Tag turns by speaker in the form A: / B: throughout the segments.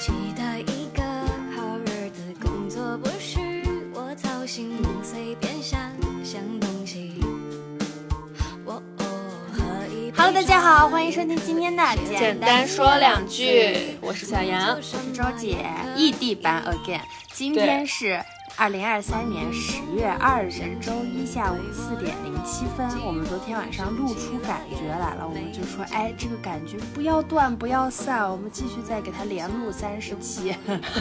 A: 期待一个好日子，工作不是我操心，能随便想想东西。
B: Hello， 大家好，欢迎收听今天的
C: 简单说两句，我是小杨，
B: 我是周姐，异地版 again。今天是2023年10月20日，周一下午4点07分。我们昨天晚上录出感觉来了，我们就说，哎，这个感觉不要断，不要散，我们继续再给它连录30期。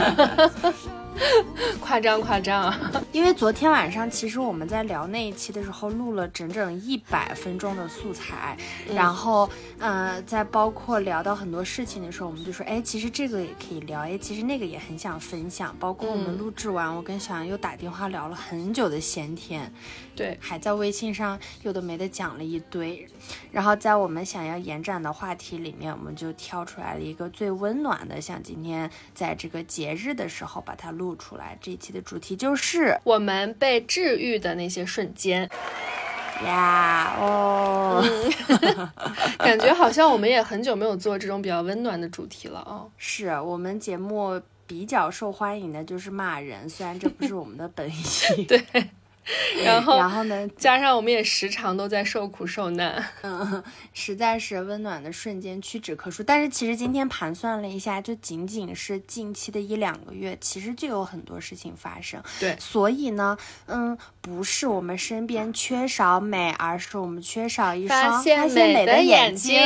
C: 夸张，
B: 因为昨天晚上其实我们在聊那一期的时候录了整整100分钟的素材，然后在包括聊到很多事情的时候，我们就说，哎，其实这个也可以聊，哎，其实那个也很想分享。包括我们录制完，我跟小杨又打电话聊了很久的闲天，
C: 对，
B: 还在微信上有的没的讲了一堆，然后在我们想要延展的话题里面，我们就挑出来了一个最温暖的，像今天在这个节日的时候把它录出来。这一期的主题就是
C: 我们被治愈的那些瞬间
B: 呀。
C: 感觉好像我们也很久没有做这种比较温暖的主题了哦。
B: 是我们节目比较受欢迎的就是骂人，虽然这不是我们的本意。
C: 对，然后
B: 呢，
C: 加上我们也时常都在受苦受难，
B: 实在是温暖的瞬间屈指可数。但是其实今天盘算了一下，就仅仅是近期的1-2个月，其实就有很多事情发生。
C: 对，
B: 所以呢，不是我们身边缺少美，而是我们缺少一双发现美的眼睛。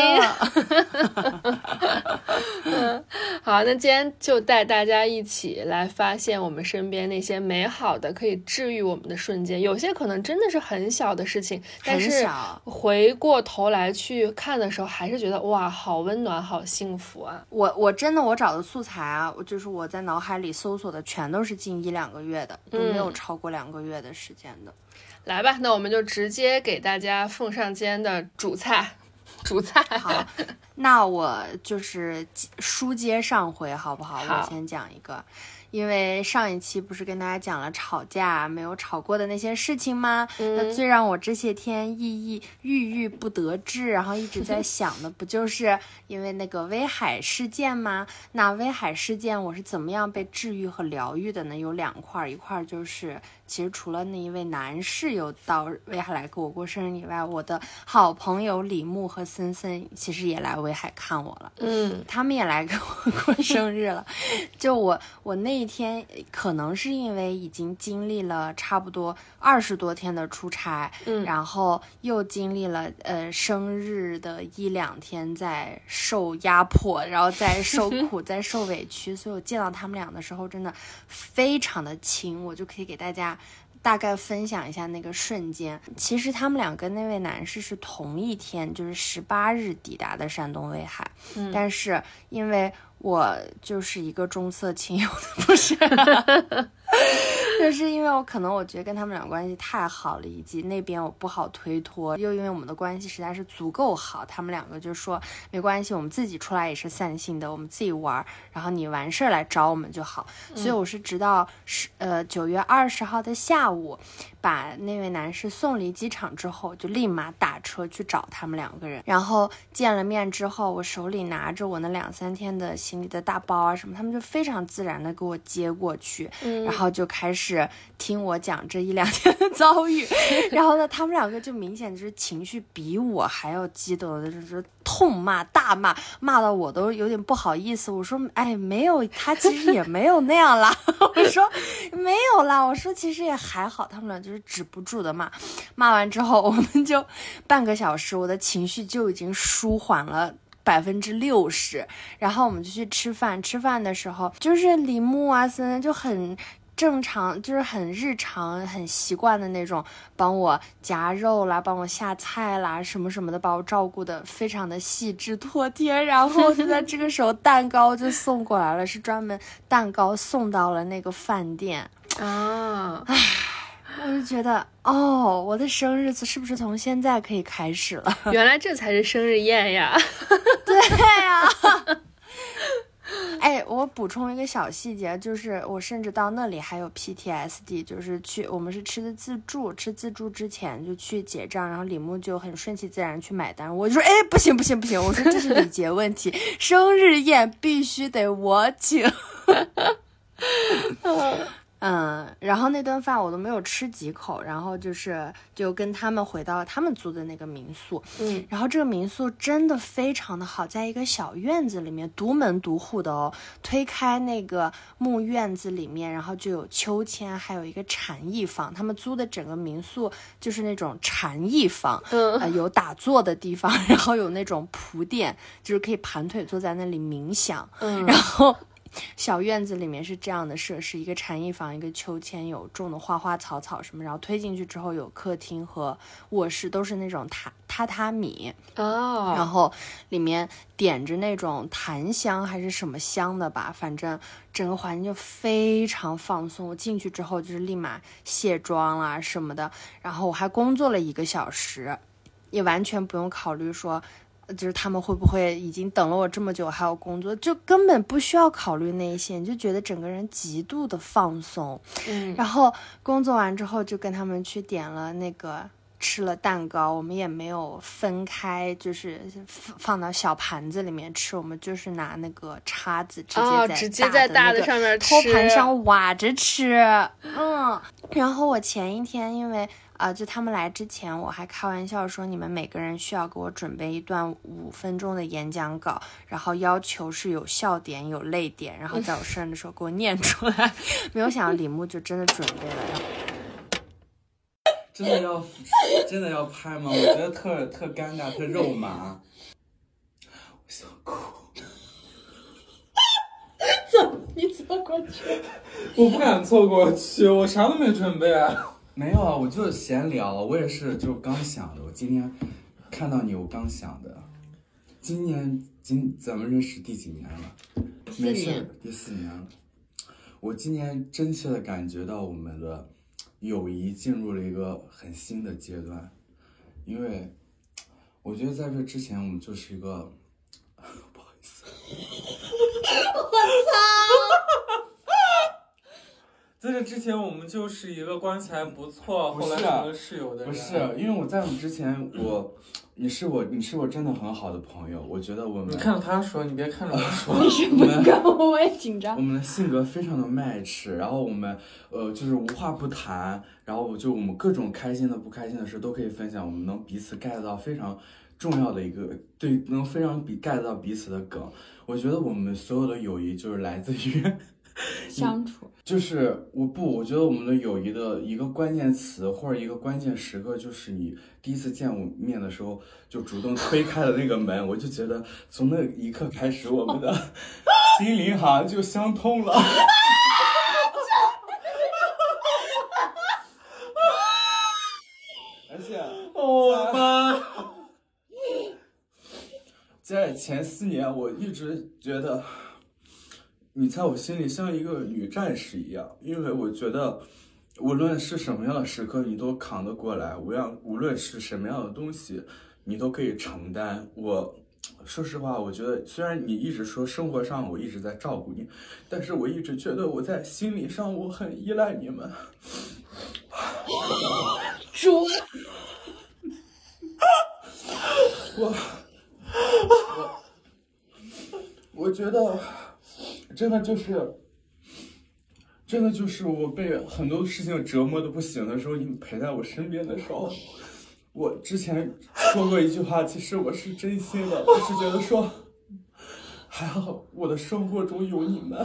C: 好，那今天就带大家一起来发现我们身边那些美好的可以治愈我们的瞬间。有些可能真的是很小的事情，但是回过头来去看的时候，还是觉得哇，好温暖，好幸福啊！
B: 我真的找的素材啊，就是我在脑海里搜索的全都是近1-2个月的，都没有超过2个月的时间的。
C: 来吧，那我们就直接给大家奉上今天的主菜。
B: 好，那我就是书接上回好不好？我先讲一个。因为上一期不是跟大家讲了吵架没有吵过的那些事情吗？那最让我这些天郁郁不得志，然后一直在想的不就是因为那个威海事件吗？那威海事件我是怎么样被治愈和疗愈的呢？有2块，一块就是其实除了那一位男士有到威海来给我过生日以外，我的好朋友李牧和森森其实也来威海看我了，他们也来给我过生日了。就我那一天可能是因为已经经历了差不多20多天的出差，然后又经历了生日的1-2天在受压迫，然后在受苦在受委屈，所以我见到他们俩的时候真的非常的亲，我就可以给大家大概分享一下那个瞬间。其实他们俩跟那位男士是同一天，就是18日抵达的山东威海，但是因为我就是一个重色轻友的，不是就是因为我觉得跟他们俩关系太好了，以及那边我不好推脱，又因为我们的关系实在是足够好，他们2个就说没关系，我们自己出来也是散心的，我们自己玩，然后你完事来找我们就好。所以我是直到9月20号的下午把那位男士送离机场之后，就立马打车去找他们2个人，然后见了面之后，我手里拿着我那2-3天的行李的大包啊什么，他们就非常自然的给我接过去，然后就开始听我讲这1-2天的遭遇。然后呢，他们2个就明显就是情绪比我还要激动的，就是痛骂大骂，骂到我都有点不好意思。我说哎，没有，他其实也没有那样啦。我说没有啦，我说其实也还好。他们俩就是止不住的骂，骂完之后我们就半个小时，我的情绪就已经舒缓了60%，然后我们就去吃饭。吃饭的时候就是李牧啊森就很正常，就是很日常很习惯的那种，帮我夹肉啦，帮我下菜啦，什么什么的，把我照顾的非常的细致妥帖。然后就在这个时候蛋糕就送过来了，是专门蛋糕送到了那个饭店啊。我就觉得我的生日是不是从现在可以开始了？
C: 原来这才是生日宴呀。
B: 对呀。哎，我补充一个小细节，就是我甚至到那里还有 PTSD， 就是我们是吃的自助，吃自助之前就去结账，然后李牧就很顺其自然去买单，我就说哎不行，我说这是礼节问题，生日宴必须得我请。 然后那顿饭我都没有吃几口，然后就跟他们回到了他们租的那个民宿。然后这个民宿真的非常的好，在一个小院子里面，独门独户的哦。推开那个木院子里面，然后就有秋千，还有一个禅意房。他们租的整个民宿就是那种禅意房，有打坐的地方，然后有那种蒲垫，就是可以盘腿坐在那里冥想。然后小院子里面是这样的设施，一个禅意房，一个秋千，有种的花花草草什么，然后推进去之后有客厅和卧室，都是那种榻榻米然后里面点着那种檀香还是什么香的吧，反正整个环境就非常放松。我进去之后就是立马卸妆啦什么的，然后我还工作了1个小时，也完全不用考虑说就是他们会不会已经等了我这么久还要工作，就根本不需要考虑那些，你就觉得整个人极度的放松。然后工作完之后就跟他们去点了那个吃了蛋糕，我们也没有分开，就是放到小盘子里面吃，我们就是拿那个叉子直接在大的上面吃，托盘上挖着吃。然后我前一天因为就他们来之前我还开玩笑说你们每个人需要给我准备一段5分钟的演讲稿，然后要求是有笑点有泪点，然后在我生日的时候给我念出来。没有想到李牧就真的准备了。然后
D: 真的要拍吗？我觉得特尴尬，特肉麻。我想哭。
C: 你坐过去？
D: 我不敢坐过去，我啥都没准备。没有啊，我就是闲聊，我也是就刚想的。我今天看到你，我刚想的。咱们认识第几年了？没事，第4年了。我今年真切的感觉到我们的友谊进入了一个很新的阶段，因为我觉得在这之前我们就是一个，不好意思，
C: 我操！
E: 在这之前我们就是一个关系还不错，后来成了室友的人。
D: 不是，因为我在我们之前，你是我真的很好的朋友，我觉得我们。
E: 你看着他说，你别看着我说。
C: 你是不敢，我也紧张。
D: 我们的性格非常的match，然后我们就是无话不谈，然后我们各种开心的不开心的事都可以分享，我们能彼此 get 到非常重要的一个能非常get 到彼此的梗。我觉得我们所有的友谊就是来自于
C: 相处。
D: 就是我觉得我们的友谊的一个关键词或者一个关键时刻，就是你第一次见我面的时候就主动推开了那个门，我就觉得从那一刻开始，我们的心灵好像就相通了。而且，
E: 我妈，
D: 在前4年，我一直觉得你在我心里像一个女战士一样，因为我觉得无论是什么样的时刻你都扛得过来，无论是什么样的东西你都可以承担。我说实话，我觉得虽然你一直说生活上我一直在照顾你，但是我一直觉得我在心理上我很依赖你们。
C: 猪
D: 我觉得真的就是我被很多事情折磨的不行的时候，你们陪在我身边的时候，我之前说过一句话，其实我是真心的，我是觉得说还好我的生活中有你们。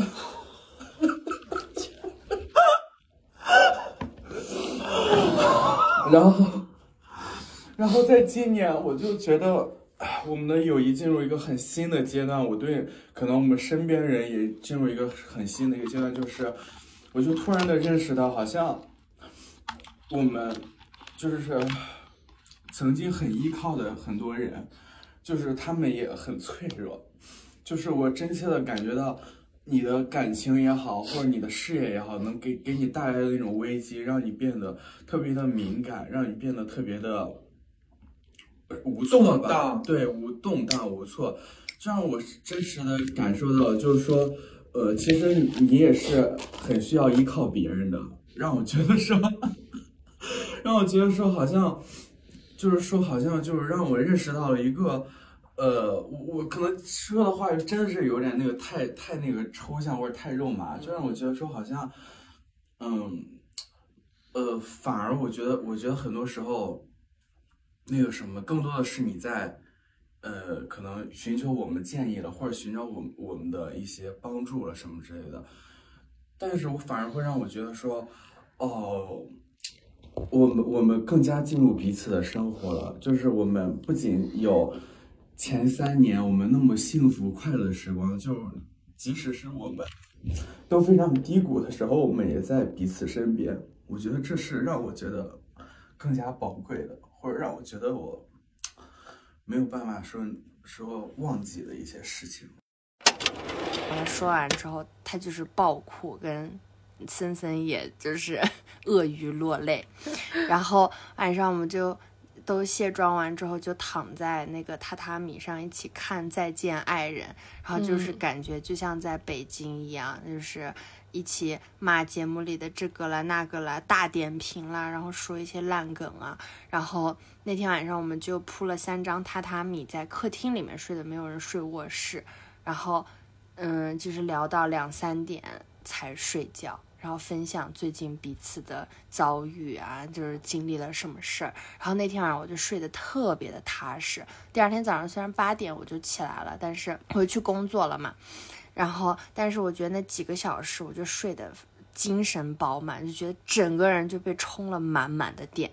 D: 然后在今年我就觉得我们的友谊进入一个很新的阶段，我对可能我们身边人也进入一个很新的一个阶段，就是我就突然的认识到，好像我们就是曾经很依靠的很多人，就是他们也很脆弱，就是我真切的感觉到你的感情也好，或者你的事业也好，能给你带来的那种危机，让你变得特别的敏感，让你变得特别的无措吧，对，动荡无措，这让我真实的感受到，就是说，其实你也是很需要依靠别人的，让我觉得说，好像就是让我认识到了一个， 我可能说的话真的是有点那个太那个抽象或者太肉麻，就让我觉得说好像，反而我觉得很多时候，那个什么，更多的是你在，可能寻求我们建议了，或者寻找我们的一些帮助了什么之类的，但是我反而会让我觉得说，哦。我们更加进入彼此的生活了，就是我们不仅有前3年我们那么幸福快乐的时光，就即使是我们都非常低谷的时候，我们也在彼此身边。我觉得这是让我觉得更加宝贵的，或者让我觉得我没有办法说忘记的一些事情。
B: 他说完之后，他就是爆哭，跟森森也就是鳄鱼落泪。然后晚上我们就都卸妆完之后，就躺在那个榻榻米上一起看《再见爱人》，然后就是感觉就像在北京一样，就是一起骂节目里的这个了那个了，大点评啦，然后说一些烂梗啊。然后那天晚上我们就铺了3张榻榻米在客厅里面睡的，没有人睡卧室。然后就是聊到2、3点才睡觉，然后分享最近彼此的遭遇啊，就是经历了什么事儿。然后那天晚上我就睡得特别的踏实。第二天早上虽然8点我就起来了，但是我去工作了嘛。然后但是我觉得那几个小时我就睡得精神饱满，就觉得整个人就被充了满满的电。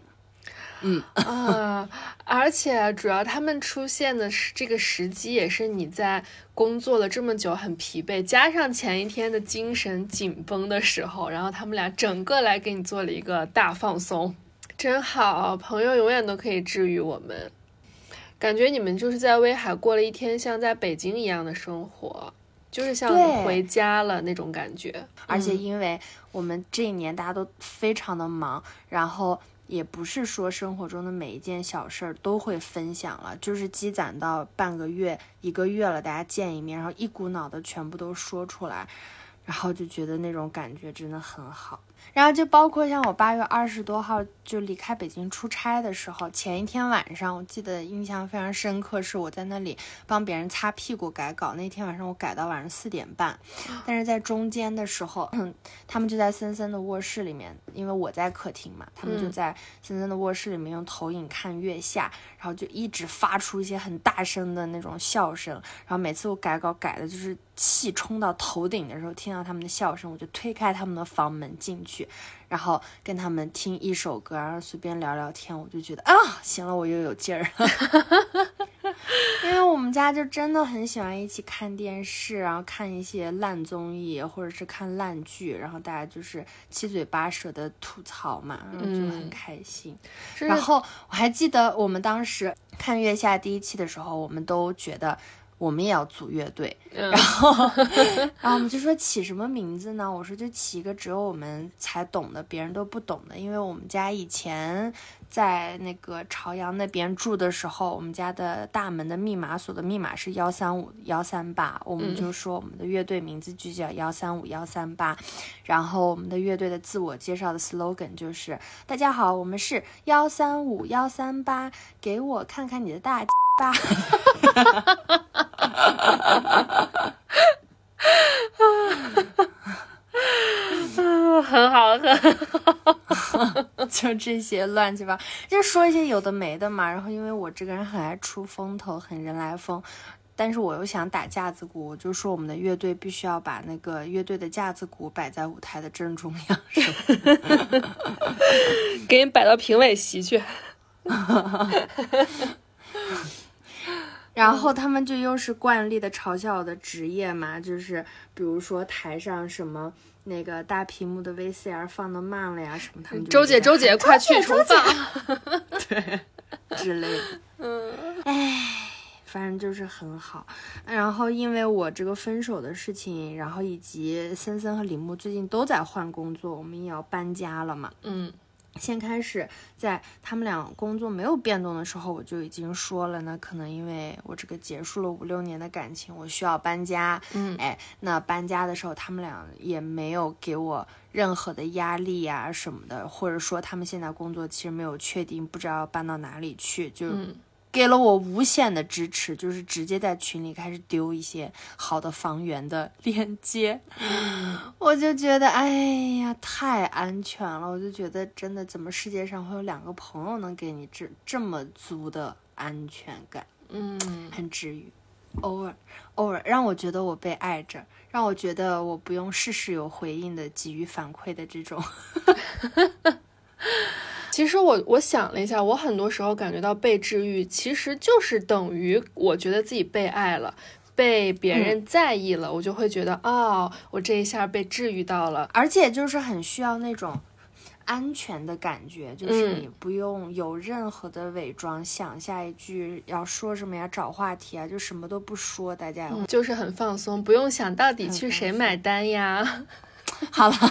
C: 而且主要他们出现的这个时机也是你在工作了这么久很疲惫，加上前一天的精神紧绷的时候，然后他们俩整个来给你做了一个大放松，真好，朋友永远都可以治愈我们。感觉你们就是在威海过了一天像在北京一样的生活，就是像回家了那种感觉。
B: 而且因为我们这一年大家都非常的忙，然后也不是说生活中的每一件小事儿都会分享了，就是积攒到半个月、1个月了，大家见一面，然后一股脑的全部都说出来，然后就觉得那种感觉真的很好。然后就包括像我8月20多号就离开北京出差的时候，前一天晚上我记得印象非常深刻，是我在那里帮别人擦屁股改稿，那天晚上我改到晚上4点半，但是在中间的时候他们就在森森的卧室里面，因为我在客厅嘛，他们就在森森的卧室里面用投影看月下，然后就一直发出一些很大声的那种笑声，然后每次我改稿改的就是气冲到头顶的时候，听到他们的笑声，我就推开他们的房门进去，然后跟他们听一首歌，然后随便聊聊天，我就觉得行了，我又有劲儿了。因为我们家就真的很喜欢一起看电视，然后看一些烂综艺或者是看烂剧，然后大家就是七嘴八舌的吐槽嘛，然后就很开心。然后我还记得我们当时看月下第1期的时候，我们都觉得我们也要组乐队，然后我们就说起什么名字呢？我说就起一个只有我们才懂的，别人都不懂的。因为我们家以前在那个朝阳那边住的时候，我们家的大门的密码锁的密码是135、138，我们就说我们的乐队名字就叫135、138，然后我们的乐队的自我介绍的 slogan 就是大家好，我们是135、138，给我看看你的大吧。
C: 很好很好。
B: 就这些乱七八糟，就说一些有的没的嘛。然后因为我这个人很爱出风头，很人来疯，但是我又想打架子鼓，我就说我们的乐队必须要把那个乐队的架子鼓摆在舞台的正中央，是吧？
C: 给你摆到评委席去。
B: 然后他们就又是惯例的嘲笑我的职业嘛，就是比如说台上什么那个大屏幕的 VCR 放的慢了呀什么，他们就
C: 周姐快去重放，
B: 对之类的。反正就是很好。然后因为我这个分手的事情，然后以及森森和李牧最近都在换工作，我们也要搬家了嘛。先开始在他们俩工作没有变动的时候，我就已经说了呢，可能因为我这个结束了5、6年的感情，我需要搬家。那搬家的时候他们俩也没有给我任何的压力啊什么的，或者说他们现在工作其实没有确定，不知道要搬到哪里去，就给了我无限的支持，就是直接在群里开始丢一些好的房源的链接，我就觉得哎呀太安全了，我就觉得真的怎么世界上会有2个朋友能给你这么足的安全感，很治愈。偶尔让我觉得我被爱着，让我觉得我不用事事有回应的给予反馈的这种
C: 其实我想了一下，我很多时候感觉到被治愈其实就是等于我觉得自己被爱了，被别人在意了，我就会觉得我这一下被治愈到了。
B: 而且就是很需要那种安全的感觉，就是你不用有任何的伪装，想下一句要说什么呀，找话题啊，就什么都不说，大家
C: 就是很放松，不用想到底去谁买单呀。
B: 好了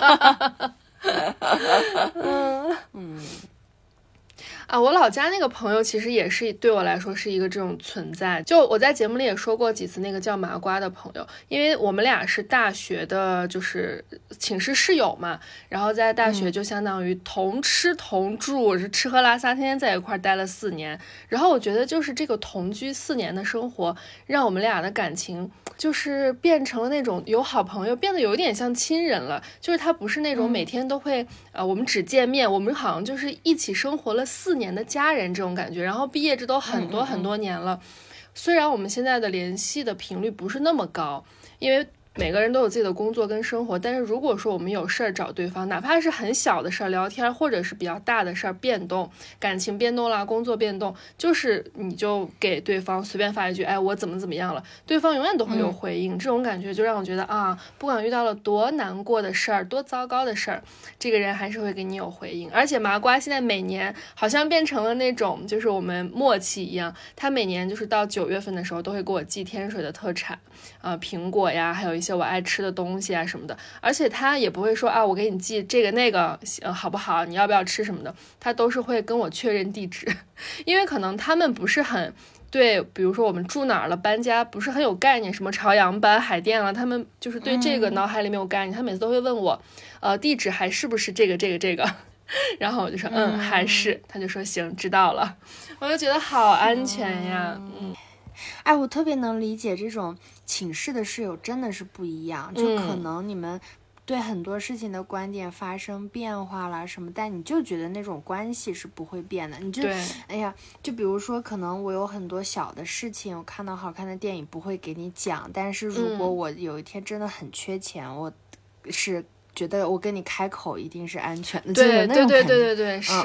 C: 我老家那个朋友其实也是对我来说是一个这种存在，就我在节目里也说过几次那个叫麻瓜的朋友，因为我们俩是大学的就是寝室室友嘛，然后在大学就相当于同吃同住，是吃喝拉撒天天在一块待了4年，然后我觉得就是这个同居4年的生活让我们俩的感情就是变成了那种有好朋友，变得有点像亲人了，就是他不是那种每天都会我们只见面，我们好像就是一起生活了4年的家人这种感觉，然后毕业这都很多年了，虽然我们现在的联系的频率不是那么高，因为每个人都有自己的工作跟生活，但是如果说我们有事儿找对方，哪怕是很小的事儿聊天，或者是比较大的事儿变动，感情变动啦，工作变动，就是你就给对方随便发一句我怎么样了，对方永远都会有回应，这种感觉就让我觉得不管遇到了多难过的事儿，多糟糕的事儿，这个人还是会给你有回应。而且麻瓜现在每年好像变成了那种就是我们默契一样，他每年就是到9月份的时候都会给我寄天水的特产苹果呀，还有一些我爱吃的东西啊什么的，而且他也不会说我给你寄这个那个好不好，你要不要吃什么的，他都是会跟我确认地址，因为可能他们不是很对，比如说我们住哪儿了，搬家不是很有概念，什么朝阳搬海淀了，他们就是对这个脑海里没有概念，他每次都会问我地址还是不是这个然后我就说还是，他就说行知道了，我就觉得好安全呀。
B: 我特别能理解这种寝室的室友真的是不一样，就可能你们对很多事情的观点发生变化了什么，但你就觉得那种关系是不会变的，你就就比如说可能我有很多小的事情，我看到好看的电影不会给你讲，但是如果我有一天真的很缺钱，我是觉得我跟你开口一定是安全的，
C: 对
B: 对，
C: 是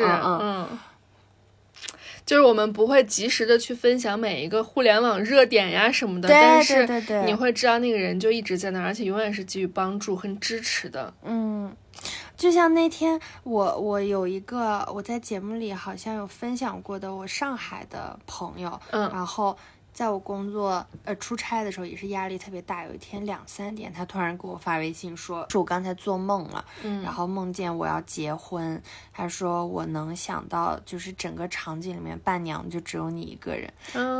C: 就是我们不会及时的去分享每一个互联网热点呀什么的，但是你会知道那个人就一直在那儿，而且永远是给予帮助和支持的。
B: 就像那天我有一个我在节目里好像有分享过的我上海的朋友，然后在我工作出差的时候也是压力特别大，有一天2、3点他突然给我发微信说我刚才做梦了，然后梦见我要结婚，他说我能想到就是整个场景里面伴娘就只有你一个人。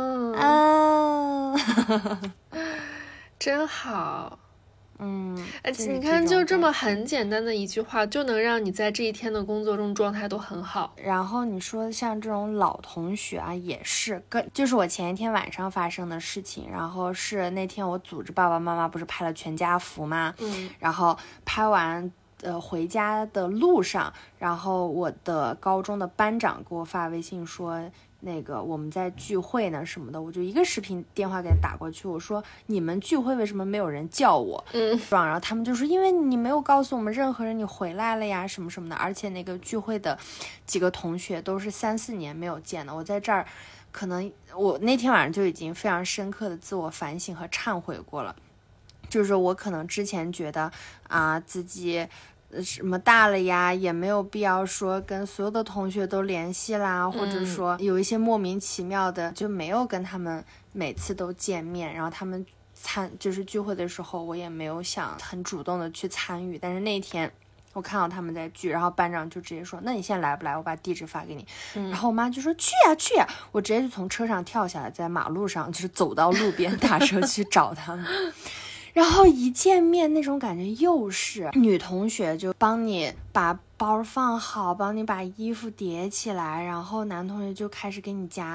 C: 真好。你看就这么很简单的一句话就能让你在这一天的工作中状态都很好。
B: 然后你说像这种老同学也是就是我前一天晚上发生的事情，然后是那天我组织爸爸妈妈不是拍了全家福吗？然后拍完回家的路上，然后我的高中的班长给我发微信说那个我们在聚会呢什么的，我就一个视频电话给他打过去，我说你们聚会为什么没有人叫我？然后他们就说因为你没有告诉我们任何人你回来了呀什么什么的，而且那个聚会的几个同学都是3、4年没有见的，我在这儿可能我那天晚上就已经非常深刻的自我反省和忏悔过了，就是我可能之前觉得自己什么大了呀，也没有必要说跟所有的同学都联系啦，或者说有一些莫名其妙的就没有跟他们每次都见面，然后他们就是聚会的时候我也没有想很主动的去参与，但是那天我看到他们在聚，然后班长就直接说那你现在来不来，我把地址发给你，然后我妈就说去呀，我直接就从车上跳下来，在马路上就是走到路边打车去找他们然后一见面那种感觉，又是女同学就帮你把包放好，帮你把衣服叠起来，然后男同学就开始给你夹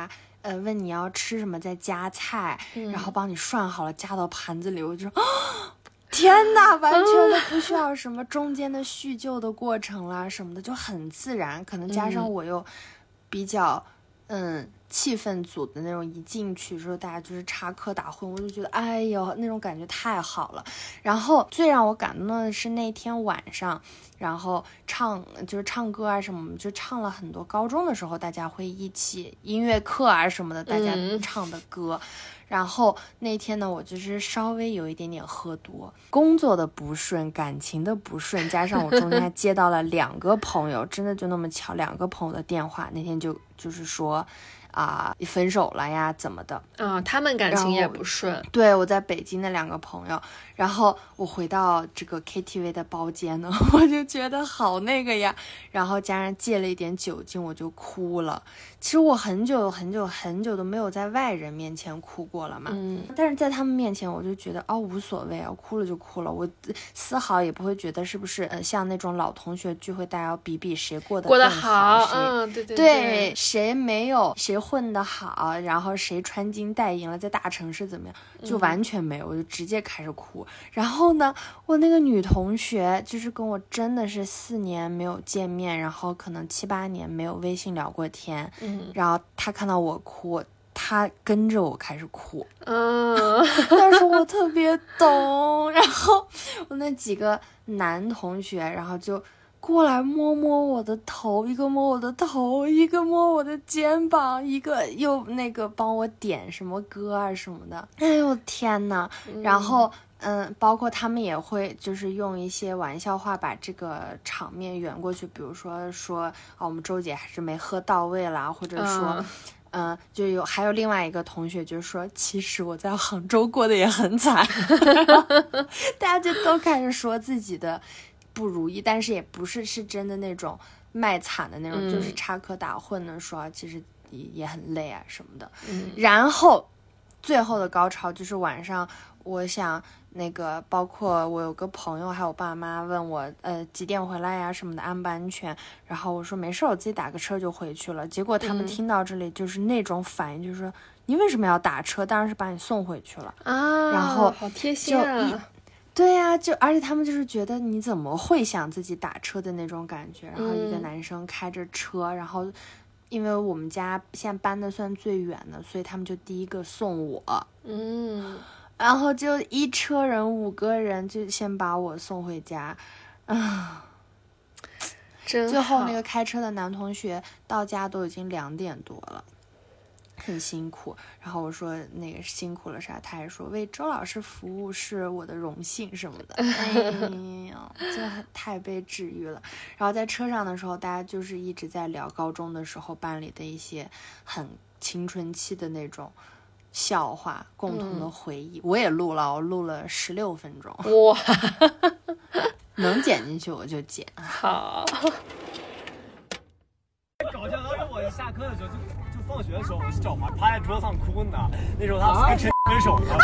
B: 问你要吃什么再加菜，然后帮你涮好了加到盘子里，我就天哪，完全都不需要什么中间的叙旧的过程啦什么的，就很自然。可能加上我又比较气氛组的那种，一进去之后大家就是插科打诨，我就觉得哎呦那种感觉太好了。然后最让我感动的是那天晚上，然后唱歌啊什么，我们就唱了很多高中的时候大家会一起音乐课啊什么的大家唱的歌。然后那天呢，我就是稍微有一点点喝多，工作的不顺，感情的不顺，加上我中间还接到了2个朋友，真的就那么巧，2个朋友的电话，那天就是说分手了呀怎么的
C: 他们感情也不顺。
B: 对，我在北京的2个朋友，然后我回到这个 KTV 的包间呢，我就觉得好那个呀，然后加上借了一点酒精，我就哭了。其实我很久都没有在外人面前哭过了嘛，但是在他们面前我就觉得无所谓啊，哭了就哭了，我丝毫也不会觉得是不是像那种老同学聚会大家要比谁过得
C: 好，
B: 对，谁没有谁混得好，然后谁穿金戴银了，在大城市怎么样，就完全没有，我就直接开始哭。然后呢，我那个女同学就是跟我真的是4年没有见面，然后可能7、8年没有微信聊过天，然后她看到我哭，她跟着我开始哭，但是我特别懂。然后我那几个男同学，然后就过来摸摸我的头，一个摸我的头，一个摸我的肩膀，一个又那个帮我点什么歌啊什么的。哎呦天哪！然后包括他们也会就是用一些玩笑话把这个场面圆过去，比如说我们周姐还是没喝到位啦，或者说还有另外一个同学就是说，其实我在杭州过得也很惨，大家就都开始说自己的不如意，但是也不是真的那种卖惨的那种，就是插科打诨的说其实也很累啊什么的。然后最后的高潮就是晚上，我想那个包括我有个朋友还有爸妈问我几点回来呀什么的，安不安全，然后我说没事，我自己打个车就回去了。结果他们听到这里就是那种反应，就是说你为什么要打车，当然是把你送回去了啊。然后
C: 好贴心啊。
B: 对呀，而且他们就是觉得你怎么会想自己打车的那种感觉。然后一个男生开着车，然后因为我们家现在搬的算最远的，所以他们就第一个送我。然后就一车人5个人就先把我送回家。
C: 真好。
B: 最后那个开车的男同学到家都已经2点多了，很辛苦。然后我说那个辛苦了啥，他还说为周老师服务是我的荣幸什么的。哎呀，就太被治愈了。然后在车上的时候，大家就是一直在聊高中的时候班里的一些很青春期的那种笑话，共同的回忆。我也录了，我录了16分钟。
C: 哇，
B: 能剪进去我就剪。
C: 好。
F: 搞笑，当时我下课的时候就放学的时候，我去找华，趴在桌子上哭呢。那时候他跟陈分手了。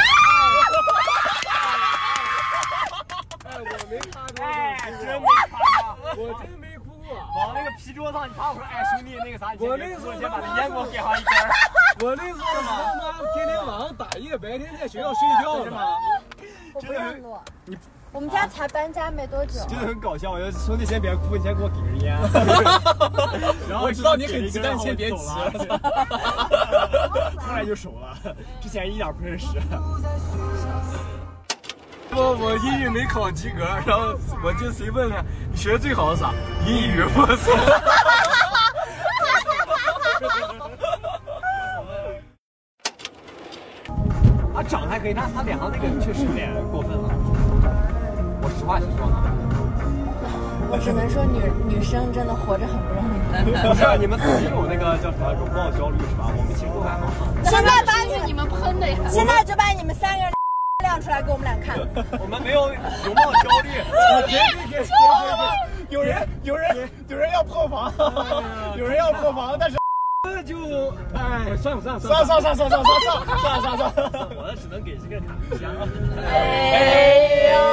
E: 我没趴桌上，
F: 真没趴，
E: 我真没哭过。
F: 往那个皮桌上，你趴，我说兄弟那个啥，
E: 我那时候
F: 先把那烟给我给上一根。
E: 我那时候他妈天天晚上打夜，白天在学校睡觉呢。
B: 我不让录。我们家才搬家没多久，
F: 真的很搞笑。我就兄弟先别哭，你先给我给根烟。然后
E: 我知道你很急，但先别急。
F: 后来就熟了，之前一点不认识。
E: 我英语没考及格，然后我就随问了，你学的最好的啥？英语。我操！
F: 他长得还可以，但是他脸上那个确实有点过分了。我实话实说呢。
B: 我只能说女生真的活着很不容易。
F: 不是，你们自己有那个叫什么容貌焦虑是吧？我们其实都还好。
B: 现在把
C: 你们喷的呀！
B: 现在就把你们3个人亮出来给我们俩看。
F: 我们没有容貌焦虑。有人要破防，有人要破防，但是。就算了，我只能给这个卡片。
B: 哎呦，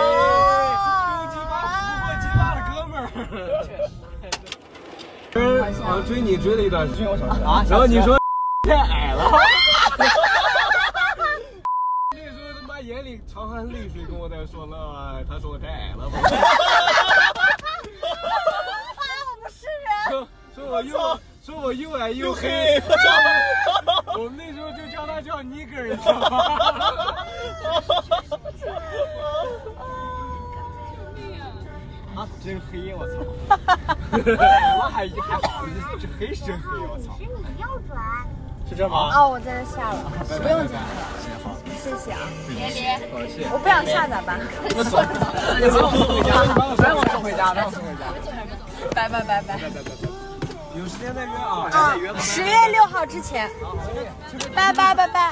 E: 服过鸡巴的哥们儿。确实。我追你追了一段时间，然后你说太矮了。 说了，他说我改了。
A: 我不是人。
E: 说我又矮又黑。我们那时候就叫他叫尼格尔，你知道吗？
F: 他真黑，我操！那还好，这黑是真黑，我操！
A: 你要转。
F: 是这吗？
B: 哦，我在这下了，不用进去了。谢谢啊，别，我不想下咋办？
F: 我走，让我送回家，让我送回家，让我送回家。
B: 拜。
F: 有时间再约啊
B: ！10月6号之前。拜。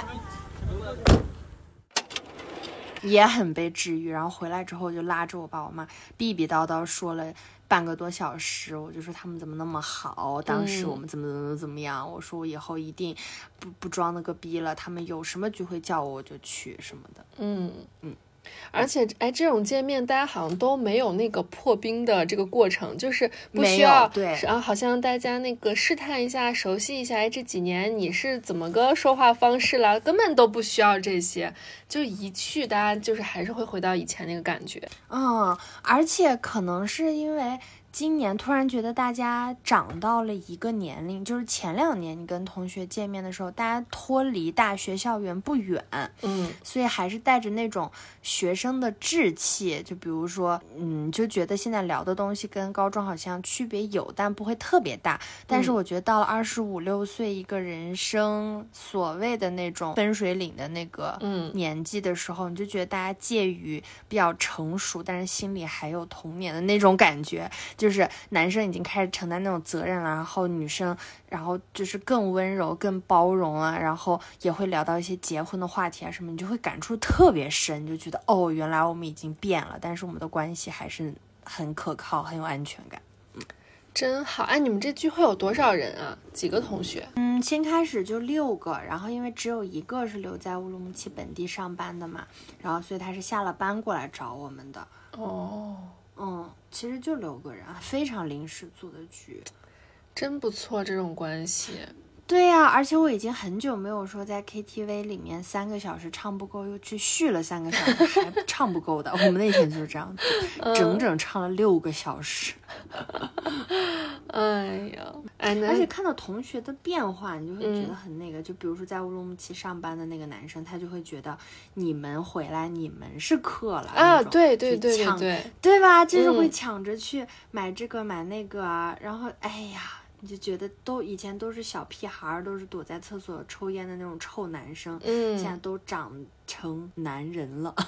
B: 也很被治愈，然后回来之后就拉着我爸我妈逼逼叨叨说了半个多小时，我就说他们怎么那么好，当时我们怎么样，我说我以后一定不装那个逼了，他们有什么聚会叫我就去什么的。
C: 而且这种见面大家好像都没有那个破冰的这个过程，就是不需要
B: 对
C: 好像大家那个试探一下熟悉一下这几年你是怎么个说话方式了，根本都不需要这些，就一去大家就是还是会回到以前那个感觉。
B: 而且可能是因为今年突然觉得大家长到了一个年龄，就是前2年你跟同学见面的时候，大家脱离大学校园不远，所以还是带着那种学生的稚气，就比如说就觉得现在聊的东西跟高中好像区别有，但不会特别大。但是我觉得到了25、6岁一个人生所谓的那种分水岭的那个年纪的时候，你就觉得大家介于比较成熟，但是心里还有童年的那种感觉，就是男生已经开始承担那种责任了，然后女生然后就是更温柔更包容啊，然后也会聊到一些结婚的话题啊什么，你就会感触特别深，就觉得原来我们已经变了，但是我们的关系还是很可靠很有安全感。
C: 真好。你们这聚会有多少人啊？几个同学？
B: 先开始就6个，然后因为只有一个是留在乌鲁木齐本地上班的嘛，然后所以他是下了班过来找我们的。其实就6个人，非常临时组的局，
C: 真不错这种关系。
B: 对呀，而且我已经很久没有说在 KTV 里面3个小时唱不够，又去续了3个小时还唱不够的。我们那天就是这样子，整整唱了6个小时。而且看到同学的变化，你就会觉得很那个。就比如说在乌鲁木齐上班的那个男生，他就会觉得你们回来，你们是客了啊，
C: 对
B: 吧？就是会抢着去买这个买那个啊，然后你就觉得以前都是小屁孩，都是躲在厕所抽烟的那种臭男生，现在都长成男人了。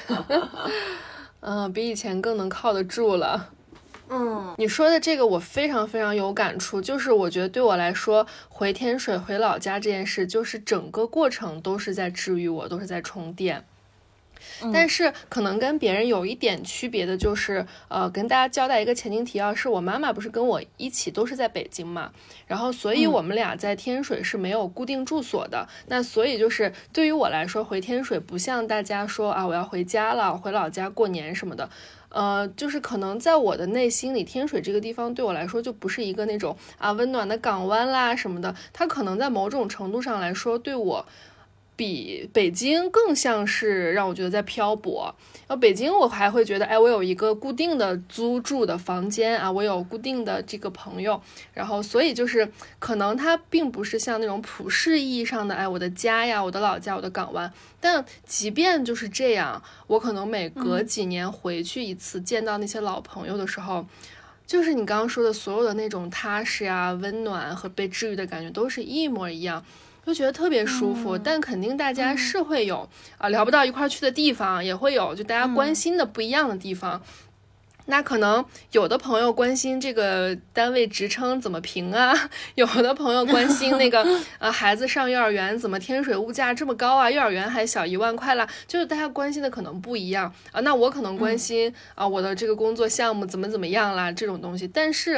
C: 比以前更能靠得住了。你说的这个我非常非常有感触，就是我觉得对我来说，回天水回老家这件事，就是整个过程都是在治愈我，都是在充电。但是可能跟别人有一点区别的就是，跟大家交代一个前情提要，是我妈妈不是跟我一起都是在北京嘛，然后所以我们俩在天水是没有固定住所的。那所以就是对于我来说，回天水不像大家说我要回家了，回老家过年什么的。就是可能在我的内心里，天水这个地方对我来说就不是一个那种温暖的港湾啦什么的，它可能在某种程度上来说对我比北京更像是让我觉得在漂泊。北京我还会觉得我有一个固定的租住的房间啊，我有固定的这个朋友，然后所以就是可能它并不是像那种普世意义上的我的家呀，我的老家，我的港湾。但即便就是这样，我可能每隔几年回去一次，见到那些老朋友的时候，就是你刚刚说的所有的那种踏实呀、温暖和被治愈的感觉都是一模一样，就觉得特别舒服。但肯定大家是会有聊不到一块去的地方，也会有就大家关心的不一样的地方。那可能有的朋友关心这个单位职称怎么评啊，有的朋友关心那个孩子上幼儿园怎么天水物价这么高啊，幼儿园还小1万块啦，就是大家关心的可能不一样啊。那我可能关心我的这个工作项目怎么样啦这种东西。但是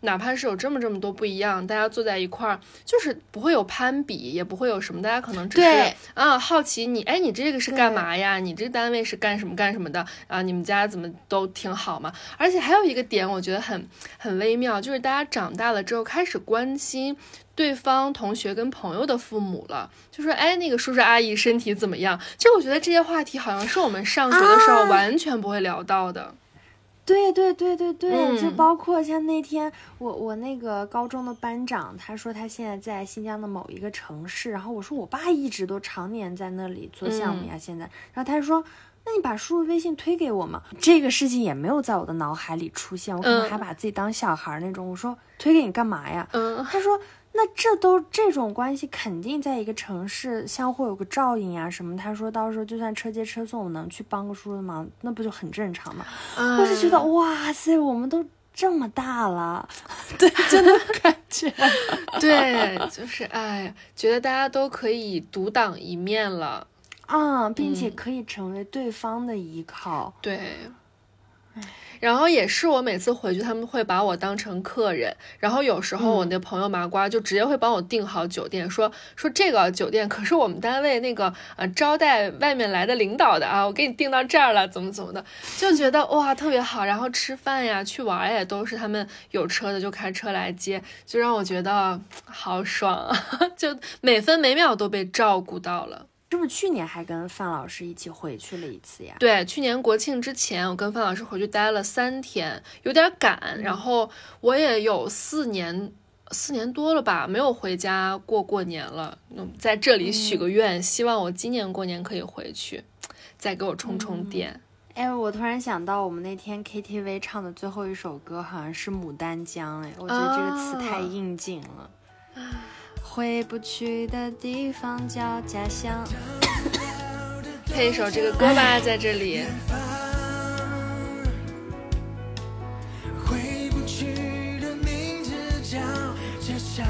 C: 哪怕是有这么多不一样，大家坐在一块儿，就是不会有攀比，也不会有什么，大家可能只是好奇你，哎，你这个是干嘛呀？你这单位是干什么的啊？你们家怎么都挺好嘛？而且还有一个点，我觉得很微妙，就是大家长大了之后开始关心对方同学跟朋友的父母了，就说哎，那个叔叔阿姨身体怎么样？就我觉得这些话题好像是我们上学的时候完全不会聊到的。
B: 对，就包括像那天我那个高中的班长，他说他现在在新疆的某一个城市，然后我说我爸一直都常年在那里做项目呀，现在，然后他说那你把叔叔微信推给我嘛。这个事情也没有在我的脑海里出现，我可能还把自己当小孩那种。我说推给你干嘛呀？他说那这种关系肯定在一个城市相互有个照应啊什么。他说到时候就算车接车送，我能去帮个叔叔的忙，那不就很正常吗？我是觉得哇塞，我们都这么大了，对，真的感觉，
C: 对，就是哎，觉得大家都可以独当一面了
B: 并且可以成为对方的依靠。
C: 对。然后也是我每次回去他们会把我当成客人，然后有时候我那朋友麻瓜就直接会帮我订好酒店，说这个酒店可是我们单位那个招待外面来的领导的啊，我给你订到这儿了，怎么的，就觉得哇特别好。然后吃饭呀去玩呀都是他们有车的就开车来接，就让我觉得好爽啊，就每分每秒都被照顾到了。
B: 是不是去年还跟范老师一起回去了一次呀？
C: 对，去年国庆之前我跟范老师回去待了3天，有点赶，然后我也有4年多了吧没有回家过年了，在这里许个愿，希望我今年过年可以回去再给我充电。
B: 哎，我突然想到我们那天 KTV 唱的最后一首歌好像是牡丹江，哎，我觉得这个词太应景了。回不去的地方叫家乡，
C: 配一首这个歌吧，在这里。
G: 回不去的名字叫家乡，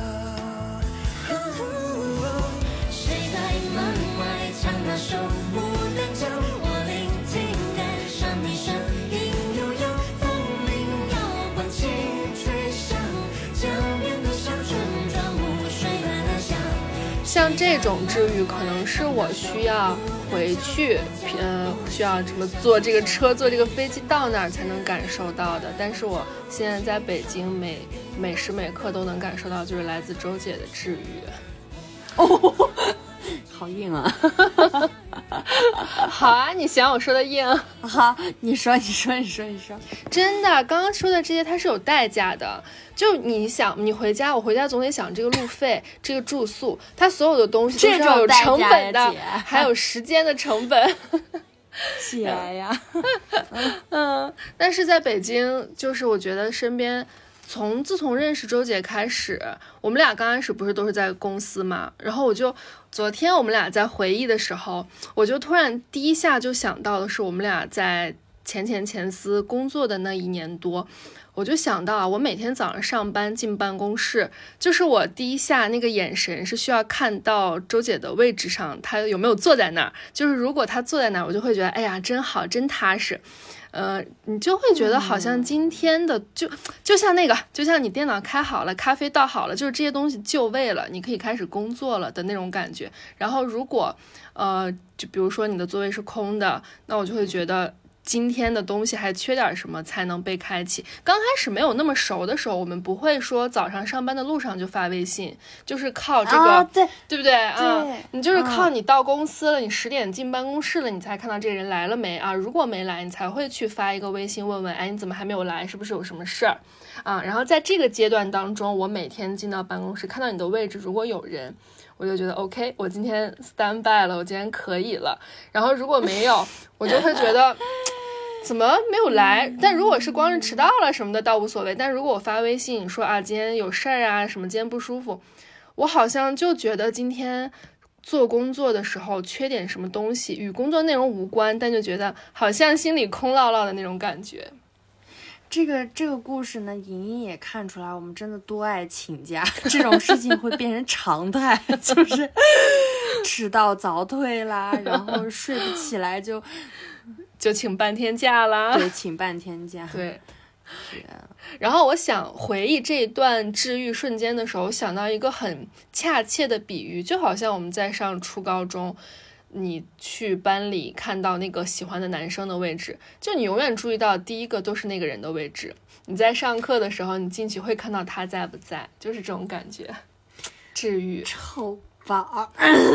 G: 谁在门外唱那首牡丹江？我聆听，感伤你声音悠悠，风铃摇晃，轻吹响，江边的小村庄无水般的香。
C: 像这种治愈可能是我需要回去需要什么坐这个车坐这个飞机到那儿才能感受到的，但是我现在在北京每时每刻都能感受到，就是来自周姐的治愈。
B: 哦，好硬啊。
C: 好啊，你嫌我说的硬？
B: 好，你说。
C: 真的，刚刚说的这些它是有代价的。就你想，我回家总得想这个路费，这个住宿，它所有的东西都是要有成本的，还有时间的成本。
B: 姐呀，
C: 但是在北京，就是我觉得身边。自从认识周姐开始，我们俩刚开始不是都是在公司嘛，然后昨天我们俩在回忆的时候，我就突然第一下就想到的是我们俩在前司工作的那1年多，我就想到我每天早上上班进办公室，就是我第一下那个眼神是需要看到周姐的位置上她有没有坐在那儿，就是如果她坐在那儿，我就会觉得哎呀真好真踏实。你就会觉得好像今天的就像你电脑开好了，咖啡倒好了，就是这些东西就位了，你可以开始工作了的那种感觉。然后如果就比如说你的座位是空的，那我就会觉得今天的东西还缺点什么才能被开启。刚开始没有那么熟的时候，我们不会说早上上班的路上就发微信，就是靠这个，对不对啊？你就是靠你到公司了，你10点进办公室了，你才看到这人来了没啊？如果没来，你才会去发一个微信问问，哎，你怎么还没有来？是不是有什么事儿啊？然后在这个阶段当中，我每天进到办公室，看到你的位置，如果有人，我就觉得 OK， 我今天 stand by 了，我今天可以了。然后如果没有，我就会觉得怎么没有来？但如果是光是迟到了什么的倒无所谓，但如果我发微信说啊今天有事儿啊什么，今天不舒服，我好像就觉得今天做工作的时候缺点什么东西，与工作内容无关，但就觉得好像心里空落落的那种感觉。
B: 这个故事呢，莹莹也看出来我们真的多爱请假，这种事情会变成常态，就是迟到早退啦，然后睡不起来就
C: 请半天假啦。
B: 对，请半天假。
C: 对， 然后我想回忆这一段治愈瞬间的时候，想到一个很恰切的比喻，就好像我们在上初高中，你去班里看到那个喜欢的男生的位置，就你永远注意到第一个都是那个人的位置。你在上课的时候，你进去会看到他在不在，就是这种感觉，治愈。
B: 臭宝。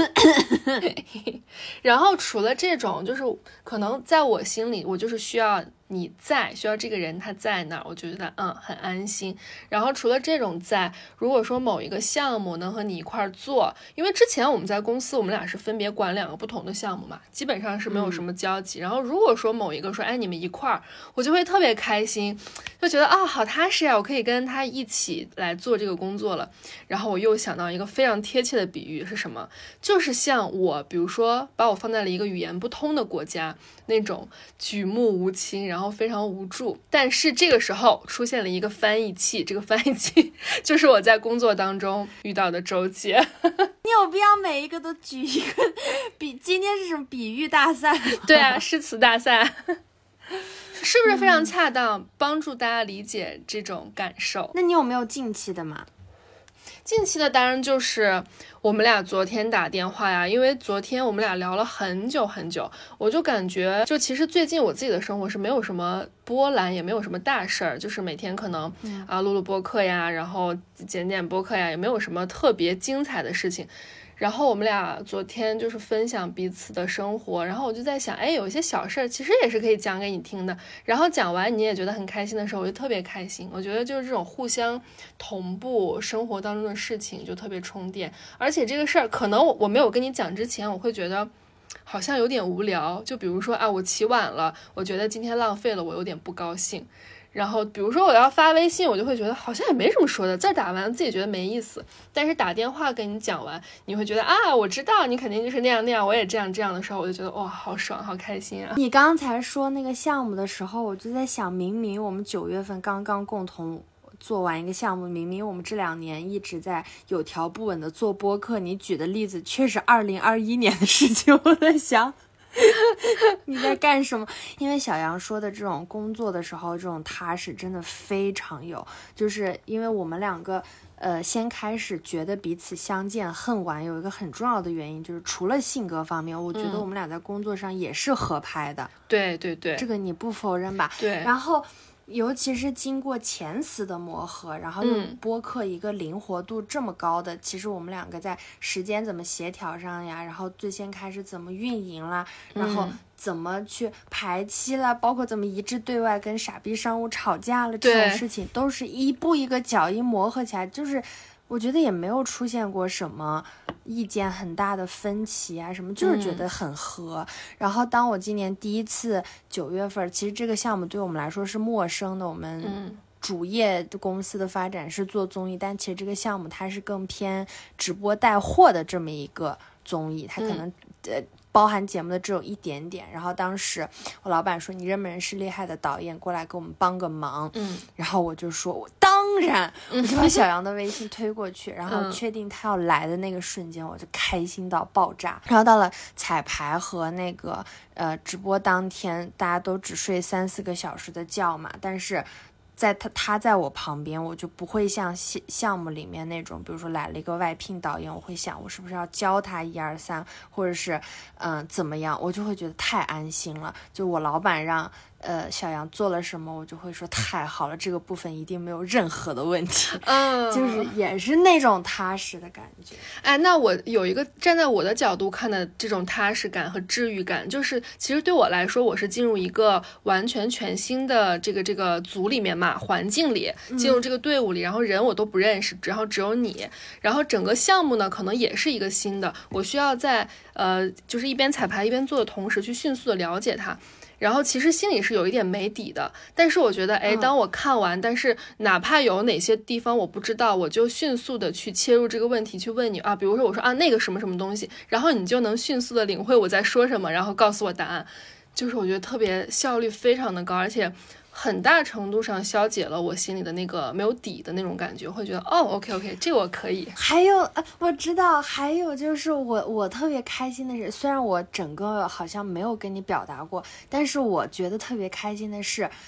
C: 然后除了这种，就是可能在我心里，我就是需要你在，需要这个人他在那儿，我觉得很安心。然后除了这种在，如果说某一个项目能和你一块做，因为之前我们在公司我们俩是分别管2个不同的项目嘛，基本上是没有什么交集。然后如果说某一个说哎你们一块儿，我就会特别开心，就觉得好踏实呀，我可以跟他一起来做这个工作了。然后我又想到一个非常贴切的比喻是什么，就是像我比如说把我放在了一个语言不通的国家，那种举目无亲，然后非常无助，但是这个时候出现了一个翻译器，这个翻译器就是我在工作当中遇到的周姐。
B: 你有必要每一个都举一个今天是什么比喻大赛？
C: 对啊，诗词大赛。是不是非常恰当，帮助大家理解这种感受？
B: 那你有没有近期的嘛？
C: 近期的当然就是我们俩昨天打电话呀，因为昨天我们俩聊了很久很久，我就感觉就其实最近我自己的生活是没有什么波澜，也没有什么大事儿，就是每天可能录播客呀，然后剪播客呀，也没有什么特别精彩的事情。然后我们俩昨天就是分享彼此的生活，然后我就在想，有一些小事儿其实也是可以讲给你听的，然后讲完你也觉得很开心的时候，我就特别开心。我觉得就是这种互相同步生活当中的事情就特别充电，而且这个事儿可能我没有跟你讲之前，我会觉得好像有点无聊，就比如说我起晚了，我觉得今天浪费了，我有点不高兴。然后比如说我要发微信，我就会觉得好像也没什么说的，字打完自己觉得没意思，但是打电话跟你讲完，你会觉得我知道你肯定就是那样，我也这样的时候，我就觉得哇好爽好开心啊。
B: 你刚才说那个项目的时候，我就在想，明明我们9月份刚刚共同做完一个项目，明明我们这2年一直在有条不紊的做播客，你举的例子却是2021年的事情，我在想你在干什么？因为小杨说的这种工作的时候，这种踏实真的非常有，就是因为我们2个先开始觉得彼此相见恨晚，有一个很重要的原因，就是除了性格方面，我觉得我们俩在工作上也是合拍的。
C: 对对对，
B: 这个你不否认吧？
C: 对。
B: 然后尤其是经过前司的磨合，然后用播客一个灵活度这么高的，其实我们2个在时间怎么协调上呀，然后最先开始怎么运营啦，然后怎么去排期啦，包括怎么一致对外跟傻逼商务吵架了，这种事情都是一步一个脚印磨合起来，就是我觉得也没有出现过什么意见很大的分歧啊什么，就是觉得很合。然后当我今年第一次9月份，其实这个项目对我们来说是陌生的，我们主业公司的发展是做综艺，但其实这个项目它是更偏直播带货的这么一个综艺，它可能包含节目的只有一点点。然后当时我老板说你认不认识厉害的导演过来给我们帮个忙，然后我就说我当然，我就把小杨的微信推过去，然后确定他要来的那个瞬间，我就开心到爆炸。然后到了彩排和那个直播当天，大家都只睡3-4个小时的觉嘛，但是在他在我旁边，我就不会像项目里面那种，比如说来了一个外聘导演，我会想我是不是要教他1、2、3，或者是怎么样，我就会觉得太安心了。就我老板让小杨做了什么，我就会说太好了，这个部分一定没有任何的问题，就是也是那种踏实的感觉。
C: 那我有一个站在我的角度看的这种踏实感和治愈感，就是其实对我来说，我是进入一个完全全新的这个组里面嘛，环境里，进入这个队伍里，然后人我都不认识，然后只有你，然后整个项目呢可能也是一个新的，我需要在就是一边彩排一边做的同时去迅速的了解它。然后其实心里是有一点没底的，但是我觉得当我看完，但是哪怕有哪些地方我不知道，我就迅速的去切入这个问题去问你比如说我说那个什么什么东西，然后你就能迅速的领会我在说什么，然后告诉我答案，就是我觉得特别效率非常的高，而且很大程度上消解了我心里的那个没有底的那种感觉，会觉得OK 这个我可以。
B: 还有我知道，还有就是我特别开心的是，虽然我整个好像没有跟你表达过，但是我觉得特别开心的是